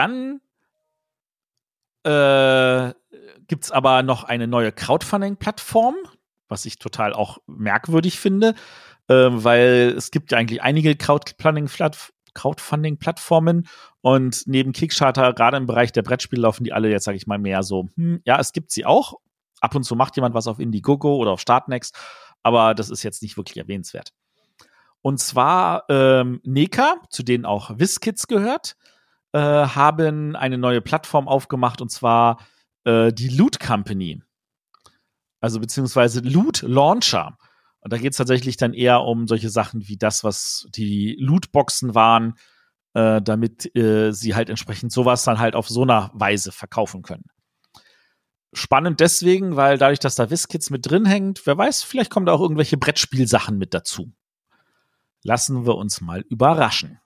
gibt es aber noch eine neue Crowdfunding-Plattform, was ich total auch merkwürdig finde, weil es gibt ja eigentlich einige Crowdfunding-Plattformen, und neben Kickstarter, gerade im Bereich der Brettspiele, laufen die alle jetzt, sage ich mal, mehr so, ja, es gibt sie auch. Ab und zu macht jemand was auf Indiegogo oder auf Startnext, aber das ist jetzt nicht wirklich erwähnenswert. Und zwar Neka, zu denen auch WizKids gehört, haben eine neue Plattform aufgemacht, und zwar die Loot Company. Also beziehungsweise Loot Launcher. Und da geht es tatsächlich dann eher um solche Sachen wie das, was die Lootboxen waren, damit sie halt entsprechend sowas dann halt auf so einer Weise verkaufen können. Spannend deswegen, weil dadurch, dass da WizKids mit drin hängt, wer weiß, vielleicht kommen da auch irgendwelche Brettspielsachen mit dazu. Lassen wir uns mal überraschen.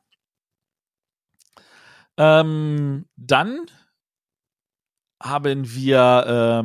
Dann haben wir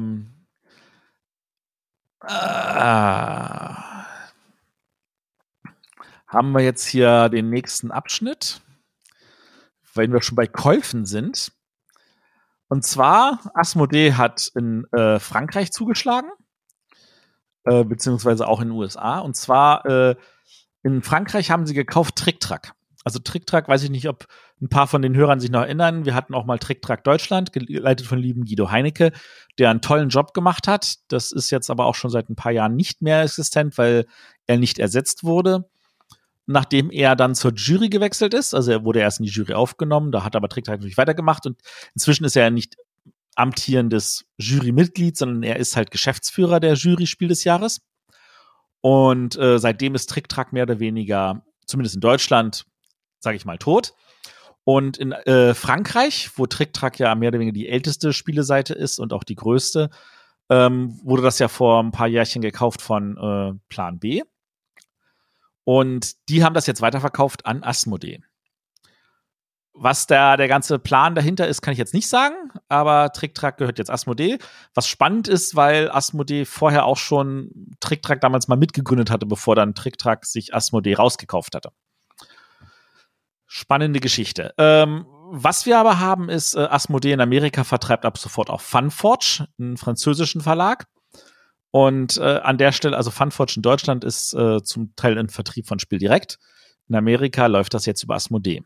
jetzt hier den nächsten Abschnitt, wenn wir schon bei Käufen sind. Und zwar, Asmodee hat in Frankreich zugeschlagen, beziehungsweise auch in den USA. Und zwar in Frankreich haben sie gekauft Trick-Track. Also Trick-Track, weiß ich nicht, ob ein paar von den Hörern sich noch erinnern. Wir hatten auch mal Trick-Track Deutschland, geleitet von lieben Guido Heinecke, der einen tollen Job gemacht hat. Das ist jetzt aber auch schon seit ein paar Jahren nicht mehr existent, weil er nicht ersetzt wurde. Nachdem er dann zur Jury gewechselt ist, also er wurde erst in die Jury aufgenommen, da hat aber Trick-Track natürlich weitergemacht, und inzwischen ist er ja nicht amtierendes Jurymitglied, sondern er ist halt Geschäftsführer der Jury Spiel des Jahres. Und seitdem ist Trick-Track mehr oder weniger, zumindest in Deutschland, sage ich mal, tot. Und in Frankreich, wo Trick-Track ja mehr oder weniger die älteste Spieleseite ist und auch die größte, wurde das ja vor ein paar Jährchen gekauft von Plan B. Und die haben das jetzt weiterverkauft an Asmodee. Was der ganze Plan dahinter ist, kann ich jetzt nicht sagen, aber Trick-Track gehört jetzt Asmodee. Was spannend ist, weil Asmodee vorher auch schon Trick-Track damals mal mitgegründet hatte, bevor dann Trick-Track sich Asmodee rausgekauft hatte. Spannende Geschichte. Was wir aber haben, ist, Asmodee in Amerika vertreibt ab sofort auch Funforge, einen französischen Verlag. Und an der Stelle, also Funforge in Deutschland ist zum Teil ein Vertrieb von Spiel direkt. In Amerika läuft das jetzt über Asmodee.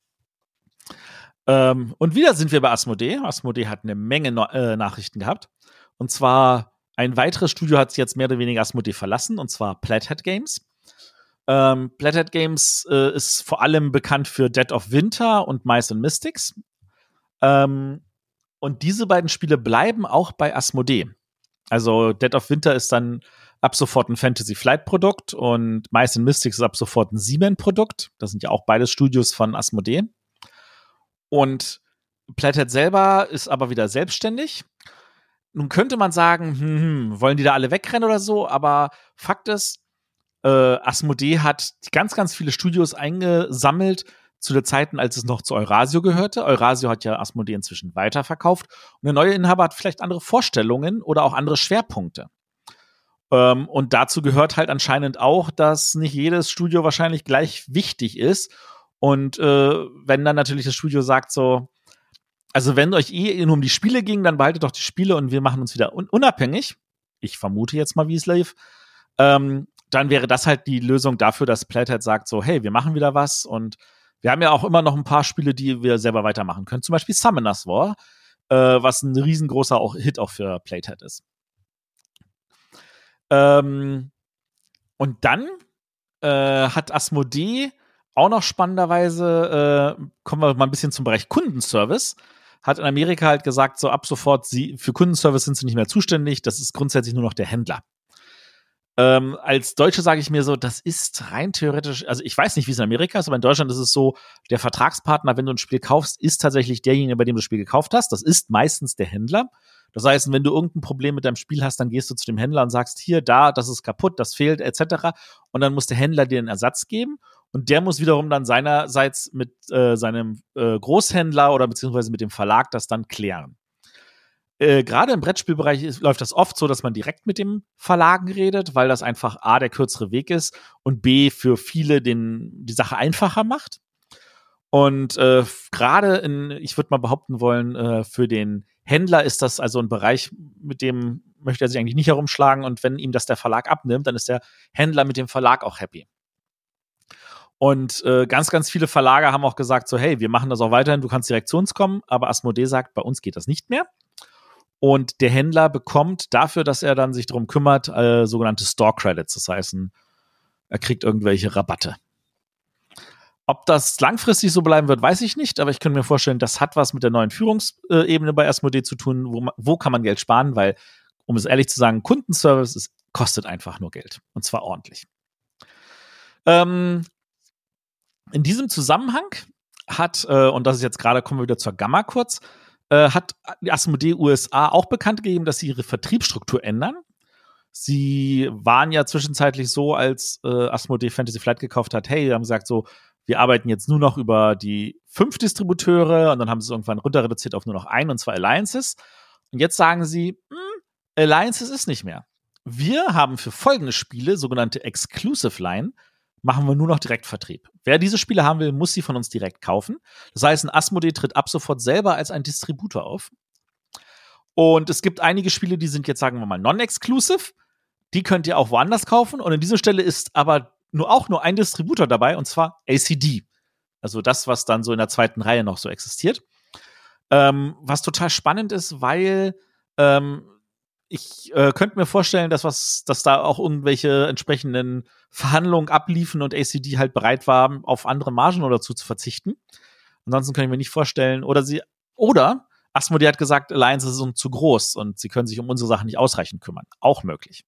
Und wieder sind wir bei Asmodee. Asmodee hat eine Menge Nachrichten gehabt. Und zwar ein weiteres Studio hat jetzt mehr oder weniger Asmodee verlassen, und zwar Plathead Games. Plathead Games ist vor allem bekannt für Dead of Winter und Mice and Mystics. Und diese beiden Spiele bleiben auch bei Asmodee. Also Dead of Winter ist dann ab sofort ein Fantasy Flight Produkt und Mice and Mystics ist ab sofort ein Siemens Produkt. Das sind ja auch beides Studios von Asmodee. Und Plathead selber ist aber wieder selbstständig. Nun könnte man sagen, wollen die da alle wegrennen oder so? Aber Fakt ist, Asmodee hat ganz, ganz viele Studios eingesammelt zu den Zeiten, als es noch zu Eurasio gehörte. Eurasio hat ja Asmodee inzwischen weiterverkauft. Und der neue Inhaber hat vielleicht andere Vorstellungen oder auch andere Schwerpunkte. Und dazu gehört halt anscheinend auch, dass nicht jedes Studio wahrscheinlich gleich wichtig ist. Und wenn dann natürlich das Studio sagt so, also wenn euch nur um die Spiele ging, dann behaltet doch die Spiele und wir machen uns wieder unabhängig. Ich vermute jetzt mal, wie es lief. Dann wäre das halt die Lösung dafür, dass Plathead sagt so, hey, wir machen wieder was. Und wir haben ja auch immer noch ein paar Spiele, die wir selber weitermachen können. Zum Beispiel Summoners War, was ein riesengroßer Hit auch für Plathead ist. Und dann hat Asmodee auch noch spannenderweise, kommen wir mal ein bisschen zum Bereich Kundenservice, hat in Amerika halt gesagt, so ab sofort, für Kundenservice sind sie nicht mehr zuständig, das ist grundsätzlich nur noch der Händler. Als Deutsche sage ich mir so, das ist rein theoretisch, also ich weiß nicht, wie es in Amerika ist, aber in Deutschland ist es so, der Vertragspartner, wenn du ein Spiel kaufst, ist tatsächlich derjenige, bei dem du das Spiel gekauft hast. Das ist meistens der Händler. Das heißt, wenn du irgendein Problem mit deinem Spiel hast, dann gehst du zu dem Händler und sagst, hier, da, das ist kaputt, das fehlt, etc. Und dann muss der Händler dir einen Ersatz geben. Und der muss wiederum dann seinerseits mit seinem Großhändler oder beziehungsweise mit dem Verlag das dann klären. Gerade im Brettspielbereich läuft das oft so, dass man direkt mit dem Verlagen redet, weil das einfach A, der kürzere Weg ist und B, für viele die Sache einfacher macht. Und gerade ich würde mal behaupten wollen, für den Händler ist das also ein Bereich, mit dem möchte er sich eigentlich nicht herumschlagen. Und wenn ihm das der Verlag abnimmt, dann ist der Händler mit dem Verlag auch happy. Und ganz, ganz viele Verlage haben auch gesagt so, hey, wir machen das auch weiterhin, du kannst direkt zu uns kommen. Aber Asmodee sagt, bei uns geht das nicht mehr. Und der Händler bekommt dafür, dass er dann sich darum kümmert, sogenannte Store Credits. Das heißt, er kriegt irgendwelche Rabatte. Ob das langfristig so bleiben wird, weiß ich nicht. Aber ich könnte mir vorstellen, das hat was mit der neuen Führungsebene bei Asmodee zu tun. Wo kann man Geld sparen? Weil, um es ehrlich zu sagen, Kundenservice kostet einfach nur Geld. Und zwar ordentlich. In diesem Zusammenhang und das ist jetzt gerade, kommen wir wieder zur Gamma kurz, hat die Asmodee USA auch bekannt gegeben, dass sie ihre Vertriebsstruktur ändern. Sie waren ja zwischenzeitlich so, als Asmodee Fantasy Flight gekauft hat, hey, die haben gesagt so, wir arbeiten jetzt nur noch über die 5 Distributeure und dann haben sie es irgendwann runter reduziert auf nur noch 1 und zwar Alliances. Und jetzt sagen sie, Alliances ist nicht mehr. Wir haben für folgende Spiele, sogenannte Exclusive Line, machen wir nur noch Direktvertrieb. Wer diese Spiele haben will, muss sie von uns direkt kaufen. Das heißt, ein Asmodee tritt ab sofort selber als ein Distributor auf. Und es gibt einige Spiele, die sind jetzt, sagen wir mal, non-exclusive. Die könnt ihr auch woanders kaufen. Und an dieser Stelle ist aber nur ein Distributor dabei, und zwar ACD. Also das, was dann so in der zweiten Reihe noch so existiert. Was total spannend ist, weil ich könnte mir vorstellen, dass da auch irgendwelche entsprechenden Verhandlungen abliefen und ACD halt bereit war, auf andere Margen oder dazu zu verzichten. Ansonsten kann ich mir nicht vorstellen, oder Asmodee hat gesagt, Alliances sind zu groß und sie können sich um unsere Sachen nicht ausreichend kümmern. Auch möglich.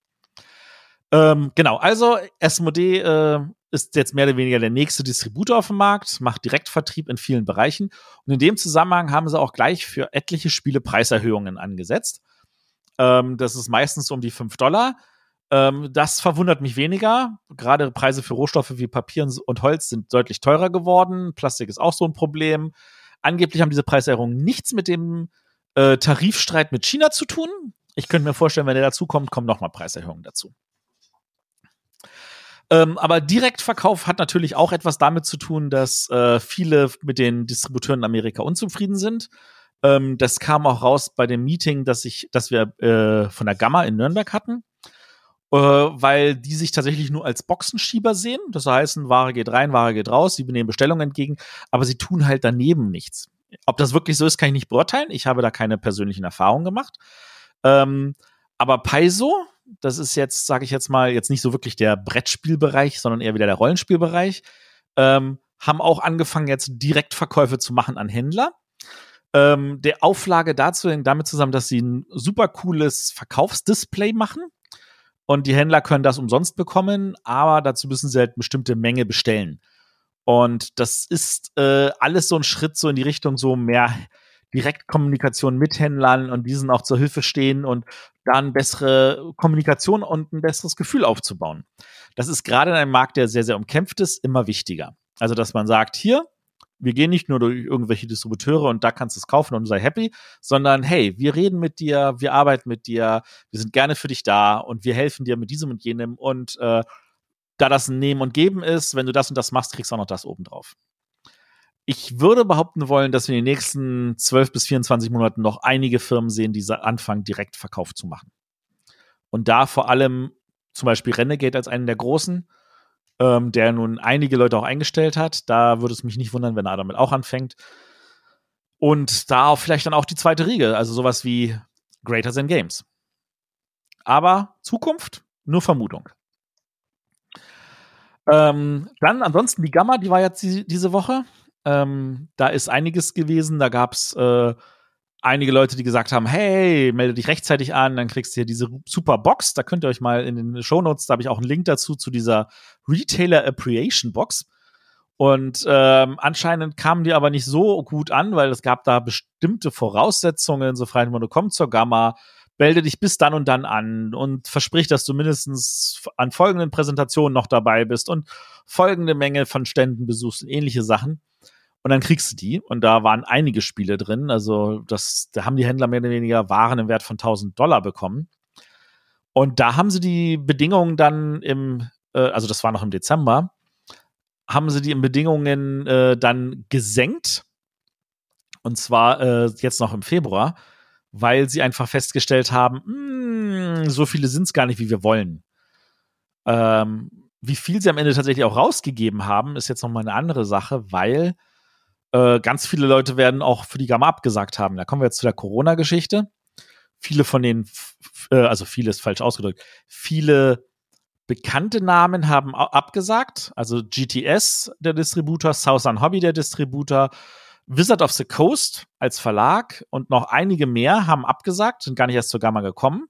Genau, also Asmodee ist jetzt mehr oder weniger der nächste Distributor auf dem Markt, macht Direktvertrieb in vielen Bereichen. Und in dem Zusammenhang haben sie auch gleich für etliche Spiele Preiserhöhungen angesetzt. Das ist meistens um die $5. Das verwundert mich weniger. Gerade Preise für Rohstoffe wie Papier und Holz sind deutlich teurer geworden. Plastik ist auch so ein Problem. Angeblich haben diese Preiserhöhungen nichts mit dem Tarifstreit mit China zu tun. Ich könnte mir vorstellen, wenn der dazu kommt, kommen nochmal Preiserhöhungen dazu. Aber Direktverkauf hat natürlich auch etwas damit zu tun, dass viele mit den Distributeuren in Amerika unzufrieden sind. Das kam auch raus bei dem Meeting, das wir von der Gamma in Nürnberg hatten, weil die sich tatsächlich nur als Boxenschieber sehen. Das heißt, Ware geht rein, Ware geht raus, sie nehmen Bestellungen entgegen, aber sie tun halt daneben nichts. Ob das wirklich so ist, kann ich nicht beurteilen. Ich habe da keine persönlichen Erfahrungen gemacht. Aber Paizo, das ist jetzt, sage ich jetzt mal, jetzt nicht so wirklich der Brettspielbereich, sondern eher wieder der Rollenspielbereich, haben auch angefangen, jetzt Direktverkäufe zu machen an Händler. Der Auflage dazu hängt damit zusammen, dass sie ein super cooles Verkaufsdisplay machen und die Händler können das umsonst bekommen, aber dazu müssen sie halt eine bestimmte Menge bestellen. Und das ist alles so ein Schritt so in die Richtung so mehr Direktkommunikation mit Händlern und diesen auch zur Hilfe stehen und dann bessere Kommunikation und ein besseres Gefühl aufzubauen. Das ist gerade in einem Markt, der sehr, sehr umkämpft ist, immer wichtiger. Also, dass man sagt, hier, wir gehen nicht nur durch irgendwelche Distributeure und da kannst du es kaufen und sei happy, sondern hey, wir reden mit dir, wir arbeiten mit dir, wir sind gerne für dich da und wir helfen dir mit diesem und jenem und da das ein Nehmen und Geben ist, wenn du das und das machst, kriegst du auch noch das obendrauf. Ich würde behaupten wollen, dass wir in den nächsten 12 bis 24 Monaten noch einige Firmen sehen, die anfangen, Direktverkauf zu machen. Und da vor allem zum Beispiel Renegade als einen der großen, der nun einige Leute auch eingestellt hat. Da würde es mich nicht wundern, wenn er damit auch anfängt. Und da vielleicht dann auch die zweite Riege, also sowas wie Greater Than Games. Aber Zukunft, nur Vermutung. Dann ansonsten die Gamma, die war jetzt diese Woche. Da ist einiges gewesen. Da gab es einige Leute, die gesagt haben, hey, melde dich rechtzeitig an, dann kriegst du hier diese super Box. Da könnt ihr euch mal in den Shownotes, da habe ich auch einen Link dazu, zu dieser Retailer Appreciation Box. Und anscheinend kamen die aber nicht so gut an, weil es gab da bestimmte Voraussetzungen, so frei du kommst zur Gamma, melde dich bis dann und dann an und versprich, dass du mindestens an folgenden Präsentationen noch dabei bist und folgende Menge von Ständen besuchst und ähnliche Sachen. Und dann kriegst du die. Und da waren einige Spiele drin. Also da haben die Händler mehr oder weniger Waren im Wert von $1.000 bekommen. Und da haben sie die Bedingungen dann also das war noch im Dezember, haben sie die Bedingungen dann gesenkt. Und zwar jetzt noch im Februar, weil sie einfach festgestellt haben, so viele sind es gar nicht, wie wir wollen. Wie viel sie am Ende tatsächlich auch rausgegeben haben, ist jetzt noch mal eine andere Sache, weil ganz viele Leute werden auch für die Gamma abgesagt haben. Da kommen wir jetzt zu der Corona-Geschichte. Viele von denen, also viele ist falsch ausgedrückt, viele bekannte Namen haben abgesagt. Also GTS, der Distributor, Southern Hobby, der Distributor, Wizard of the Coast als Verlag und noch einige mehr haben abgesagt, sind gar nicht erst zur Gamma gekommen.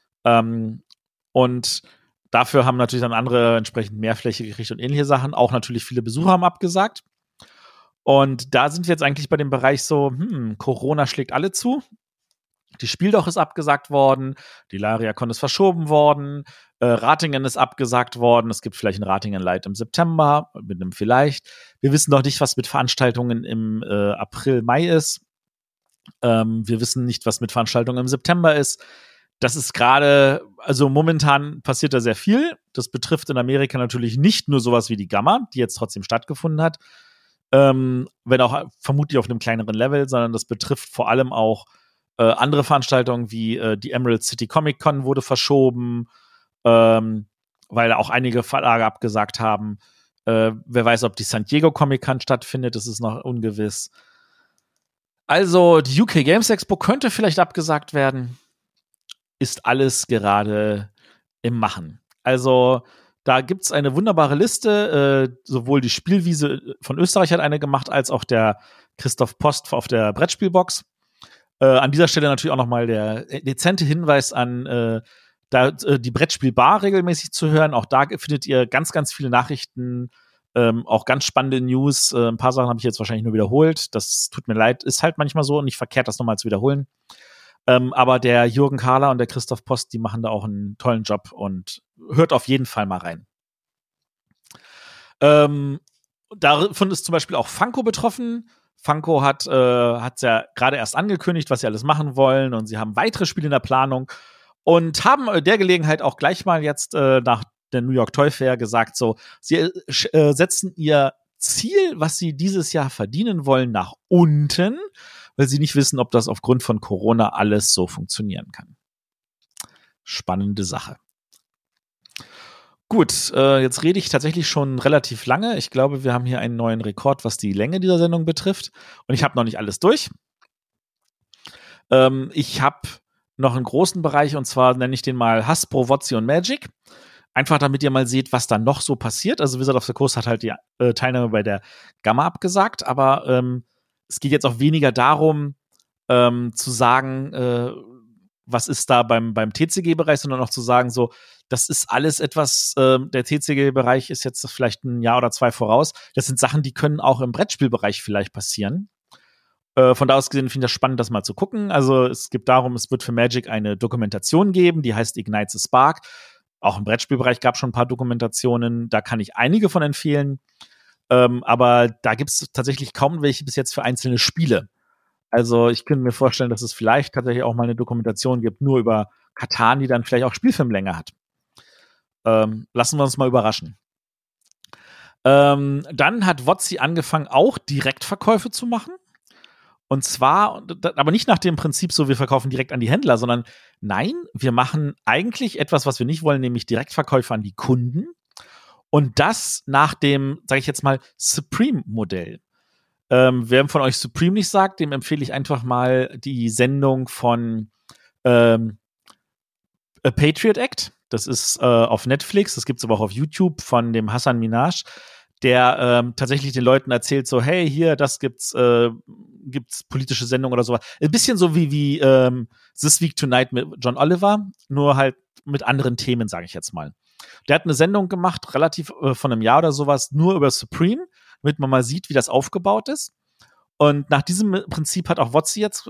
Und dafür haben natürlich dann andere entsprechend mehr Fläche gekriegt und ähnliche Sachen. Auch natürlich viele Besucher haben abgesagt. Und da sind wir jetzt eigentlich bei dem Bereich so, Corona schlägt alle zu. Die Spieldoch ist abgesagt worden, die Lariacon ist verschoben worden, Ratingen ist abgesagt worden, es gibt vielleicht ein Ratingen Light im September, mit einem vielleicht. Wir wissen noch nicht, was mit Veranstaltungen im April, Mai ist. Wir wissen nicht, was mit Veranstaltungen im September ist. Das ist gerade, also momentan passiert da sehr viel. Das betrifft in Amerika natürlich nicht nur sowas wie die Gamma, die jetzt trotzdem stattgefunden hat, wenn auch vermutlich auf einem kleineren Level, sondern das betrifft vor allem auch andere Veranstaltungen wie die Emerald City Comic Con wurde verschoben, weil auch einige Verlage abgesagt haben. Wer weiß, ob die San Diego Comic Con stattfindet, das ist noch ungewiss. Also die UK Games Expo könnte vielleicht abgesagt werden. Ist alles gerade im Machen. Also da gibt es eine wunderbare Liste, sowohl die Spielwiese von Österreich hat eine gemacht, als auch der Christoph Post auf der Brettspielbox. An dieser Stelle natürlich auch nochmal der dezente Hinweis an die Brettspielbar regelmäßig zu hören. Auch da findet ihr ganz, ganz viele Nachrichten, auch ganz spannende News. Ein paar Sachen habe ich jetzt wahrscheinlich nur wiederholt. Das tut mir leid, ist halt manchmal so und nicht verkehrt, das nochmal zu wiederholen. Aber der Jürgen Kahler und der Christoph Post, die machen da auch einen tollen Job und hört auf jeden Fall mal rein. Davon ist zum Beispiel auch Funko betroffen. Funko hat ja gerade erst angekündigt, was sie alles machen wollen, und sie haben weitere Spiele in der Planung und haben der Gelegenheit auch gleich mal jetzt nach der New York Toy Fair gesagt, so, sie setzen ihr Ziel, was sie dieses Jahr verdienen wollen, nach unten, weil sie nicht wissen, ob das aufgrund von Corona alles so funktionieren kann. Spannende Sache. Gut, jetzt rede ich tatsächlich schon relativ lange. Ich glaube, wir haben hier einen neuen Rekord, was die Länge dieser Sendung betrifft. Und ich habe noch nicht alles durch. Ich habe noch einen großen Bereich, und zwar nenne ich den mal Hasbro, WotC und Magic. Einfach damit ihr mal seht, was da noch so passiert. Also Wizard of the Coast hat halt die Teilnahme bei der Gamma abgesagt, aber es geht jetzt auch weniger darum, zu sagen, was ist da beim TCG-Bereich, sondern auch zu sagen, so, das ist alles etwas, der TCG-Bereich ist jetzt vielleicht ein Jahr oder zwei voraus. Das sind Sachen, die können auch im Brettspielbereich vielleicht passieren. Von da aus gesehen finde ich das spannend, das mal zu gucken. Also es wird für Magic eine Dokumentation geben, die heißt Ignite the Spark. Auch im Brettspielbereich gab es schon ein paar Dokumentationen, da kann ich einige von empfehlen. Aber da gibt es tatsächlich kaum welche bis jetzt für einzelne Spiele. Also ich könnte mir vorstellen, dass es vielleicht tatsächlich auch mal eine Dokumentation gibt, nur über Catan, die dann vielleicht auch Spielfilmlänge hat. Lassen wir uns mal überraschen. Dann hat WotC angefangen, auch Direktverkäufe zu machen. Und zwar, aber nicht nach dem Prinzip so, wir verkaufen direkt an die Händler, sondern nein, wir machen eigentlich etwas, was wir nicht wollen, nämlich Direktverkäufe an die Kunden. Und das nach dem, sage ich jetzt mal, Supreme-Modell. Wer von euch Supreme nicht sagt, dem empfehle ich einfach mal die Sendung von A Patriot Act. Das ist auf Netflix, das gibt es aber auch auf YouTube von dem Hassan Minhaj, der tatsächlich den Leuten erzählt, so, hey, hier, das gibt's politische Sendungen oder sowas. Ein bisschen so wie This Week Tonight mit John Oliver, nur halt mit anderen Themen, sage ich jetzt mal. Der hat eine Sendung gemacht, relativ von einem Jahr oder sowas, nur über Supreme, damit man mal sieht, wie das aufgebaut ist. Und nach diesem Prinzip hat auch WotC jetzt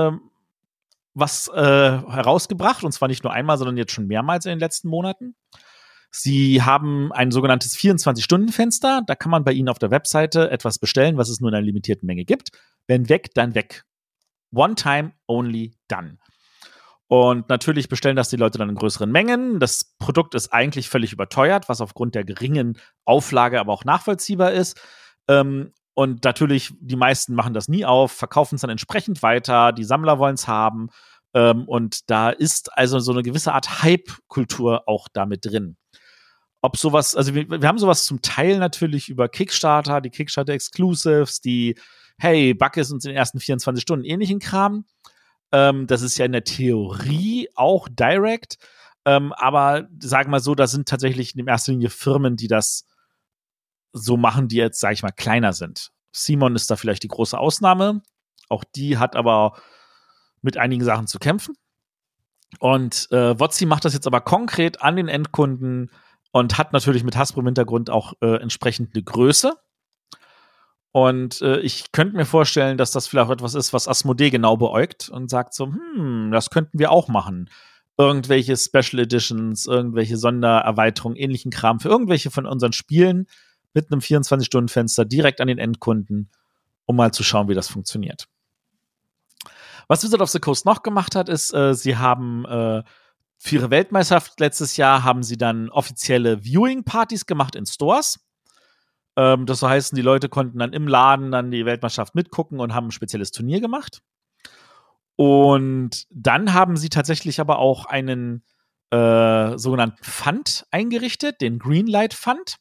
was herausgebracht, und zwar nicht nur einmal, sondern jetzt schon mehrmals in den letzten Monaten. Sie haben ein sogenanntes 24-Stunden-Fenster. Da kann man bei ihnen auf der Webseite etwas bestellen, was es nur in einer limitierten Menge gibt. Wenn weg, dann weg. One time, only done. Und natürlich bestellen das die Leute dann in größeren Mengen. Das Produkt ist eigentlich völlig überteuert, was aufgrund der geringen Auflage aber auch nachvollziehbar ist. Und natürlich, die meisten machen das nie auf, verkaufen es dann entsprechend weiter. Die Sammler wollen es haben. Und da ist also so eine gewisse Art Hype-Kultur auch damit drin. Ob sowas, also wir haben sowas zum Teil natürlich über Kickstarter, die Kickstarter-Exclusives, die, hey, backe es uns in den ersten 24 Stunden ähnlichen Kram. Das ist ja in der Theorie auch direct. Aber sagen wir mal so, da sind tatsächlich in erster Linie Firmen, die das so machen, die jetzt, sag ich mal, kleiner sind. Simon ist da vielleicht die große Ausnahme. Auch die hat aber mit einigen Sachen zu kämpfen. Und WotC macht das jetzt aber konkret an den Endkunden und hat natürlich mit Hasbro im Hintergrund auch entsprechend eine Größe. Und ich könnte mir vorstellen, dass das vielleicht auch etwas ist, was Asmodee genau beäugt und sagt so, das könnten wir auch machen. Irgendwelche Special Editions, irgendwelche Sondererweiterungen, ähnlichen Kram für irgendwelche von unseren Spielen mit einem 24-Stunden-Fenster direkt an den Endkunden, um mal zu schauen, wie das funktioniert. Was Wizard of the Coast noch gemacht hat, ist, sie haben für ihre Weltmeisterschaft letztes Jahr haben sie dann offizielle Viewing-Partys gemacht in Stores. Das so heißt, die Leute konnten dann im Laden dann die Weltmeisterschaft mitgucken und haben ein spezielles Turnier gemacht. Und dann haben sie tatsächlich aber auch einen sogenannten Fund eingerichtet, den Greenlight Fund,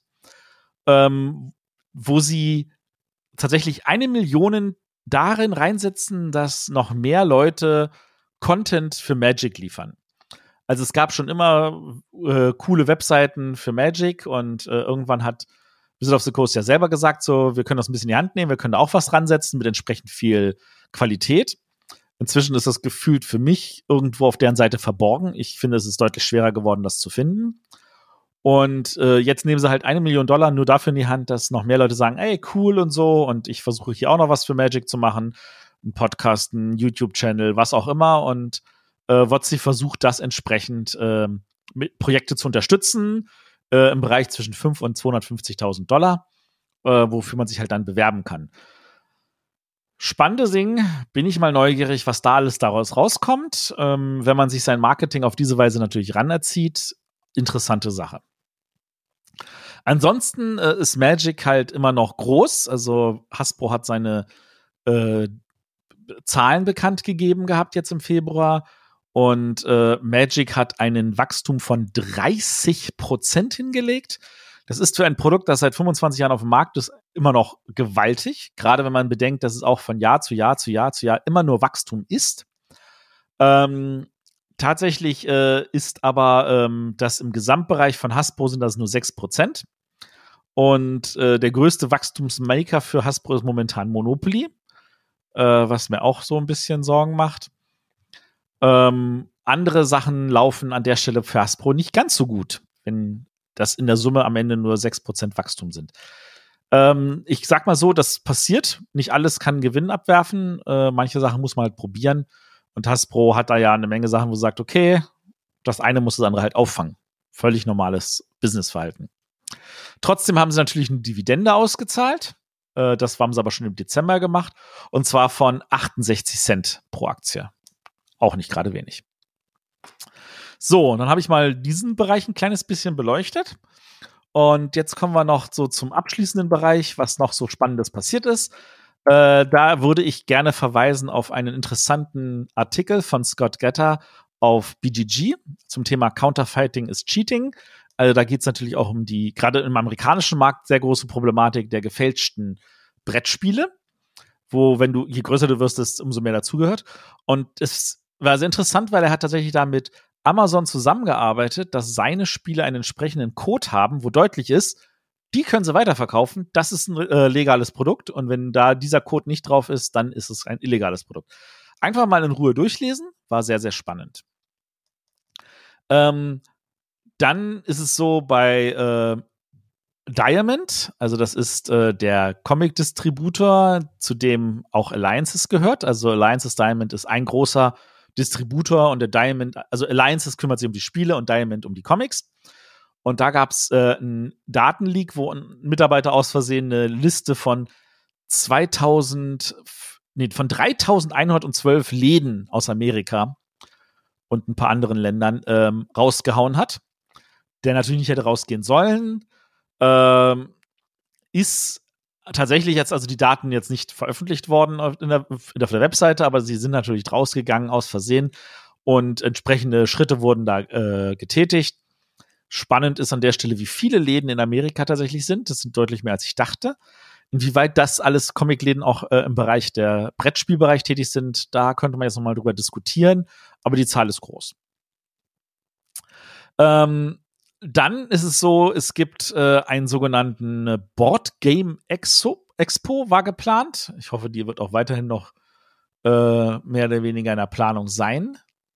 wo sie tatsächlich 1 Million darin reinsetzen, dass noch mehr Leute Content für Magic liefern. Also es gab schon immer coole Webseiten für Magic und irgendwann hat Wizard of the Coast ja selber gesagt, so, wir können das ein bisschen in die Hand nehmen, wir können da auch was dran setzen mit entsprechend viel Qualität. Inzwischen ist das gefühlt für mich irgendwo auf deren Seite verborgen. Ich finde, es ist deutlich schwerer geworden, das zu finden. Und jetzt nehmen sie halt $1 Million nur dafür in die Hand, dass noch mehr Leute sagen, ey, cool und so, und ich versuche hier auch noch was für Magic zu machen. einen Podcast, einen YouTube-Channel, was auch immer. Und WotC versucht, das entsprechend mit Projekte zu unterstützen im Bereich zwischen 5 und 250.000 $, wofür man sich halt dann bewerben kann. Spannende Ding, bin ich mal neugierig, was da alles daraus rauskommt. Wenn man sich sein Marketing auf diese Weise natürlich ranerzieht, interessante Sache. Ansonsten ist Magic halt immer noch groß. Also Hasbro hat seine Zahlen bekannt gegeben gehabt jetzt im Februar. Und Magic hat einen Wachstum von 30% hingelegt. Das ist für ein Produkt, das seit 25 Jahren auf dem Markt ist, immer noch gewaltig. Gerade wenn man bedenkt, dass es auch von Jahr zu Jahr immer nur Wachstum ist. Tatsächlich ist aber das im Gesamtbereich von Hasbro sind das nur 6%. Und der größte Wachstumsmaker für Hasbro ist momentan Monopoly, was mir auch so ein bisschen Sorgen macht. Andere Sachen laufen an der Stelle für Hasbro nicht ganz so gut, wenn das in der Summe am Ende nur 6% Wachstum sind. Ich sag mal so, das passiert. Nicht alles kann Gewinn abwerfen. Manche Sachen muss man halt probieren. Und Hasbro hat da ja eine Menge Sachen, wo sagt, okay, das eine muss das andere halt auffangen. Völlig normales Businessverhalten. Trotzdem haben sie natürlich eine Dividende ausgezahlt. Das haben sie aber schon im Dezember gemacht. Und zwar von 68 Cent pro Aktie. Auch nicht gerade wenig. So, und dann habe ich mal diesen Bereich ein kleines bisschen beleuchtet. Und jetzt kommen wir noch so zum abschließenden Bereich, was noch so Spannendes passiert ist. Da würde ich gerne verweisen auf einen interessanten Artikel von Scott Getter auf BGG zum Thema Counterfeiting is Cheating. Also da geht es natürlich auch um die, gerade im amerikanischen Markt, sehr große Problematik der gefälschten Brettspiele, wo, wenn du, je größer du wirst, umso mehr dazugehört. Und es war sehr interessant, weil er hat tatsächlich da mit Amazon zusammengearbeitet, dass seine Spiele einen entsprechenden Code haben, wo deutlich ist, die können sie weiterverkaufen, das ist ein legales Produkt und wenn da dieser Code nicht drauf ist, dann ist es ein illegales Produkt. Einfach mal in Ruhe durchlesen, war sehr, sehr spannend. Dann ist es so bei Diamond, also das ist der Comic-Distributor, zu dem auch Alliances gehört. Also Alliances Diamond ist ein großer Distributor und der Diamond, also Alliances kümmert sich um die Spiele und Diamond um die Comics. Und da gab es einen Datenleak, wo ein Mitarbeiter aus Versehen eine Liste von 3.112 Läden aus Amerika und ein paar anderen Ländern rausgehauen hat, der natürlich nicht hätte rausgehen sollen. Ist tatsächlich jetzt also die Daten jetzt nicht veröffentlicht worden auf der Webseite, aber sie sind natürlich rausgegangen aus Versehen und entsprechende Schritte wurden da getätigt. Spannend ist an der Stelle, wie viele Läden in Amerika tatsächlich sind. Das sind deutlich mehr, als ich dachte. Inwieweit das alles Comicläden auch im Bereich der Brettspielbereich tätig sind, da könnte man jetzt nochmal drüber diskutieren, aber die Zahl ist groß. Dann ist es so, es gibt einen sogenannten Board Game Expo war geplant. Ich hoffe, die wird auch weiterhin noch mehr oder weniger in der Planung sein.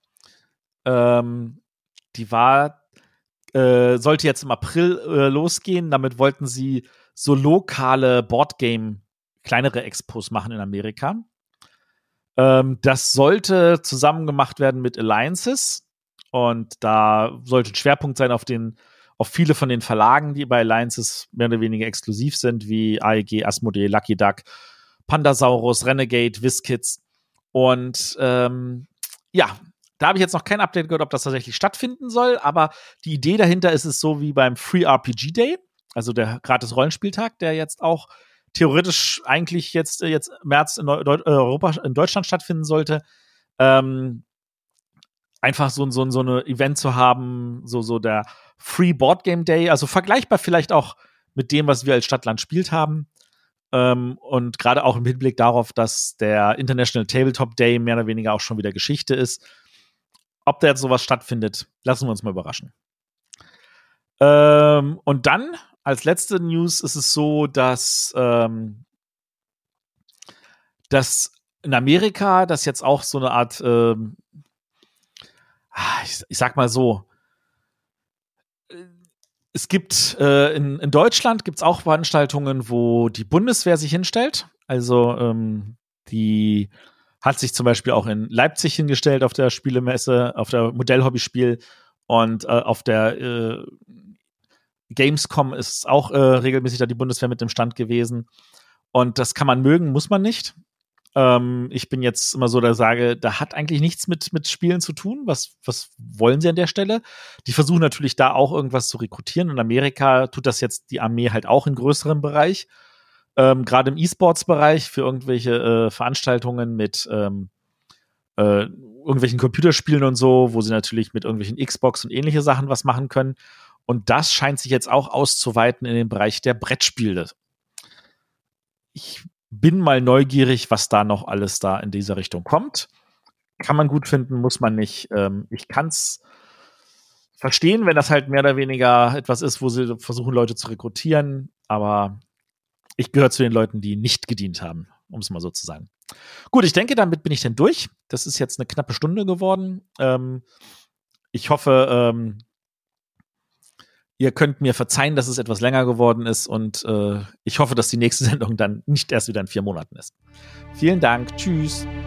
Die sollte jetzt im April losgehen. Damit wollten sie so lokale Boardgame, kleinere Expos machen in Amerika. Das sollte zusammen gemacht werden mit Alliances. Und da sollte ein Schwerpunkt sein auf viele von den Verlagen, die bei Alliances mehr oder weniger exklusiv sind, wie AEG, Asmodee, Lucky Duck, Pandasaurus, Renegade, WizKids. Und ja, da habe ich jetzt noch kein Update gehört, ob das tatsächlich stattfinden soll, aber die Idee dahinter ist es so wie beim Free RPG Day, also der gratis Rollenspieltag, der jetzt auch theoretisch eigentlich jetzt März in Deutschland stattfinden sollte. Einfach so eine Event zu haben, so der Free Board Game Day, also vergleichbar vielleicht auch mit dem, was wir als Stadtland Spielt haben. Und gerade auch im Hinblick darauf, dass der International Tabletop Day mehr oder weniger auch schon wieder Geschichte ist. Ob da jetzt sowas stattfindet, lassen wir uns mal überraschen. Und dann, als letzte News, ist es so, dass in Amerika das jetzt auch so eine Art ich sag mal so, es gibt in Deutschland gibt es auch Veranstaltungen, wo die Bundeswehr sich hinstellt. Also die hat sich zum Beispiel auch in Leipzig hingestellt auf der Spielemesse, auf der Modellhobbyspiel und auf der Gamescom ist auch regelmäßig da die Bundeswehr mit dem Stand gewesen. Und das kann man mögen, muss man nicht. Ich bin jetzt immer so, da sage, da hat eigentlich nichts mit Spielen zu tun. Was wollen sie an der Stelle? Die versuchen natürlich da auch irgendwas zu rekrutieren. In Amerika tut das jetzt die Armee halt auch in größerem Bereich. Gerade im E-Sports-Bereich für irgendwelche Veranstaltungen mit irgendwelchen Computerspielen und so, wo sie natürlich mit irgendwelchen Xbox und ähnliche Sachen was machen können. Und das scheint sich jetzt auch auszuweiten in den Bereich der Brettspiele. Ich bin mal neugierig, was da noch alles da in dieser Richtung kommt. Kann man gut finden, muss man nicht. Ich kann es verstehen, wenn das halt mehr oder weniger etwas ist, wo sie versuchen, Leute zu rekrutieren. Aber ich gehöre zu den Leuten, die nicht gedient haben, um es mal so zu sagen. Gut, ich denke, damit bin ich dann durch. Das ist jetzt eine knappe Stunde geworden. Ich hoffe, ihr könnt mir verzeihen, dass es etwas länger geworden ist und ich hoffe, dass die nächste Sendung dann nicht erst wieder in 4 Monaten ist. Vielen Dank. Tschüss.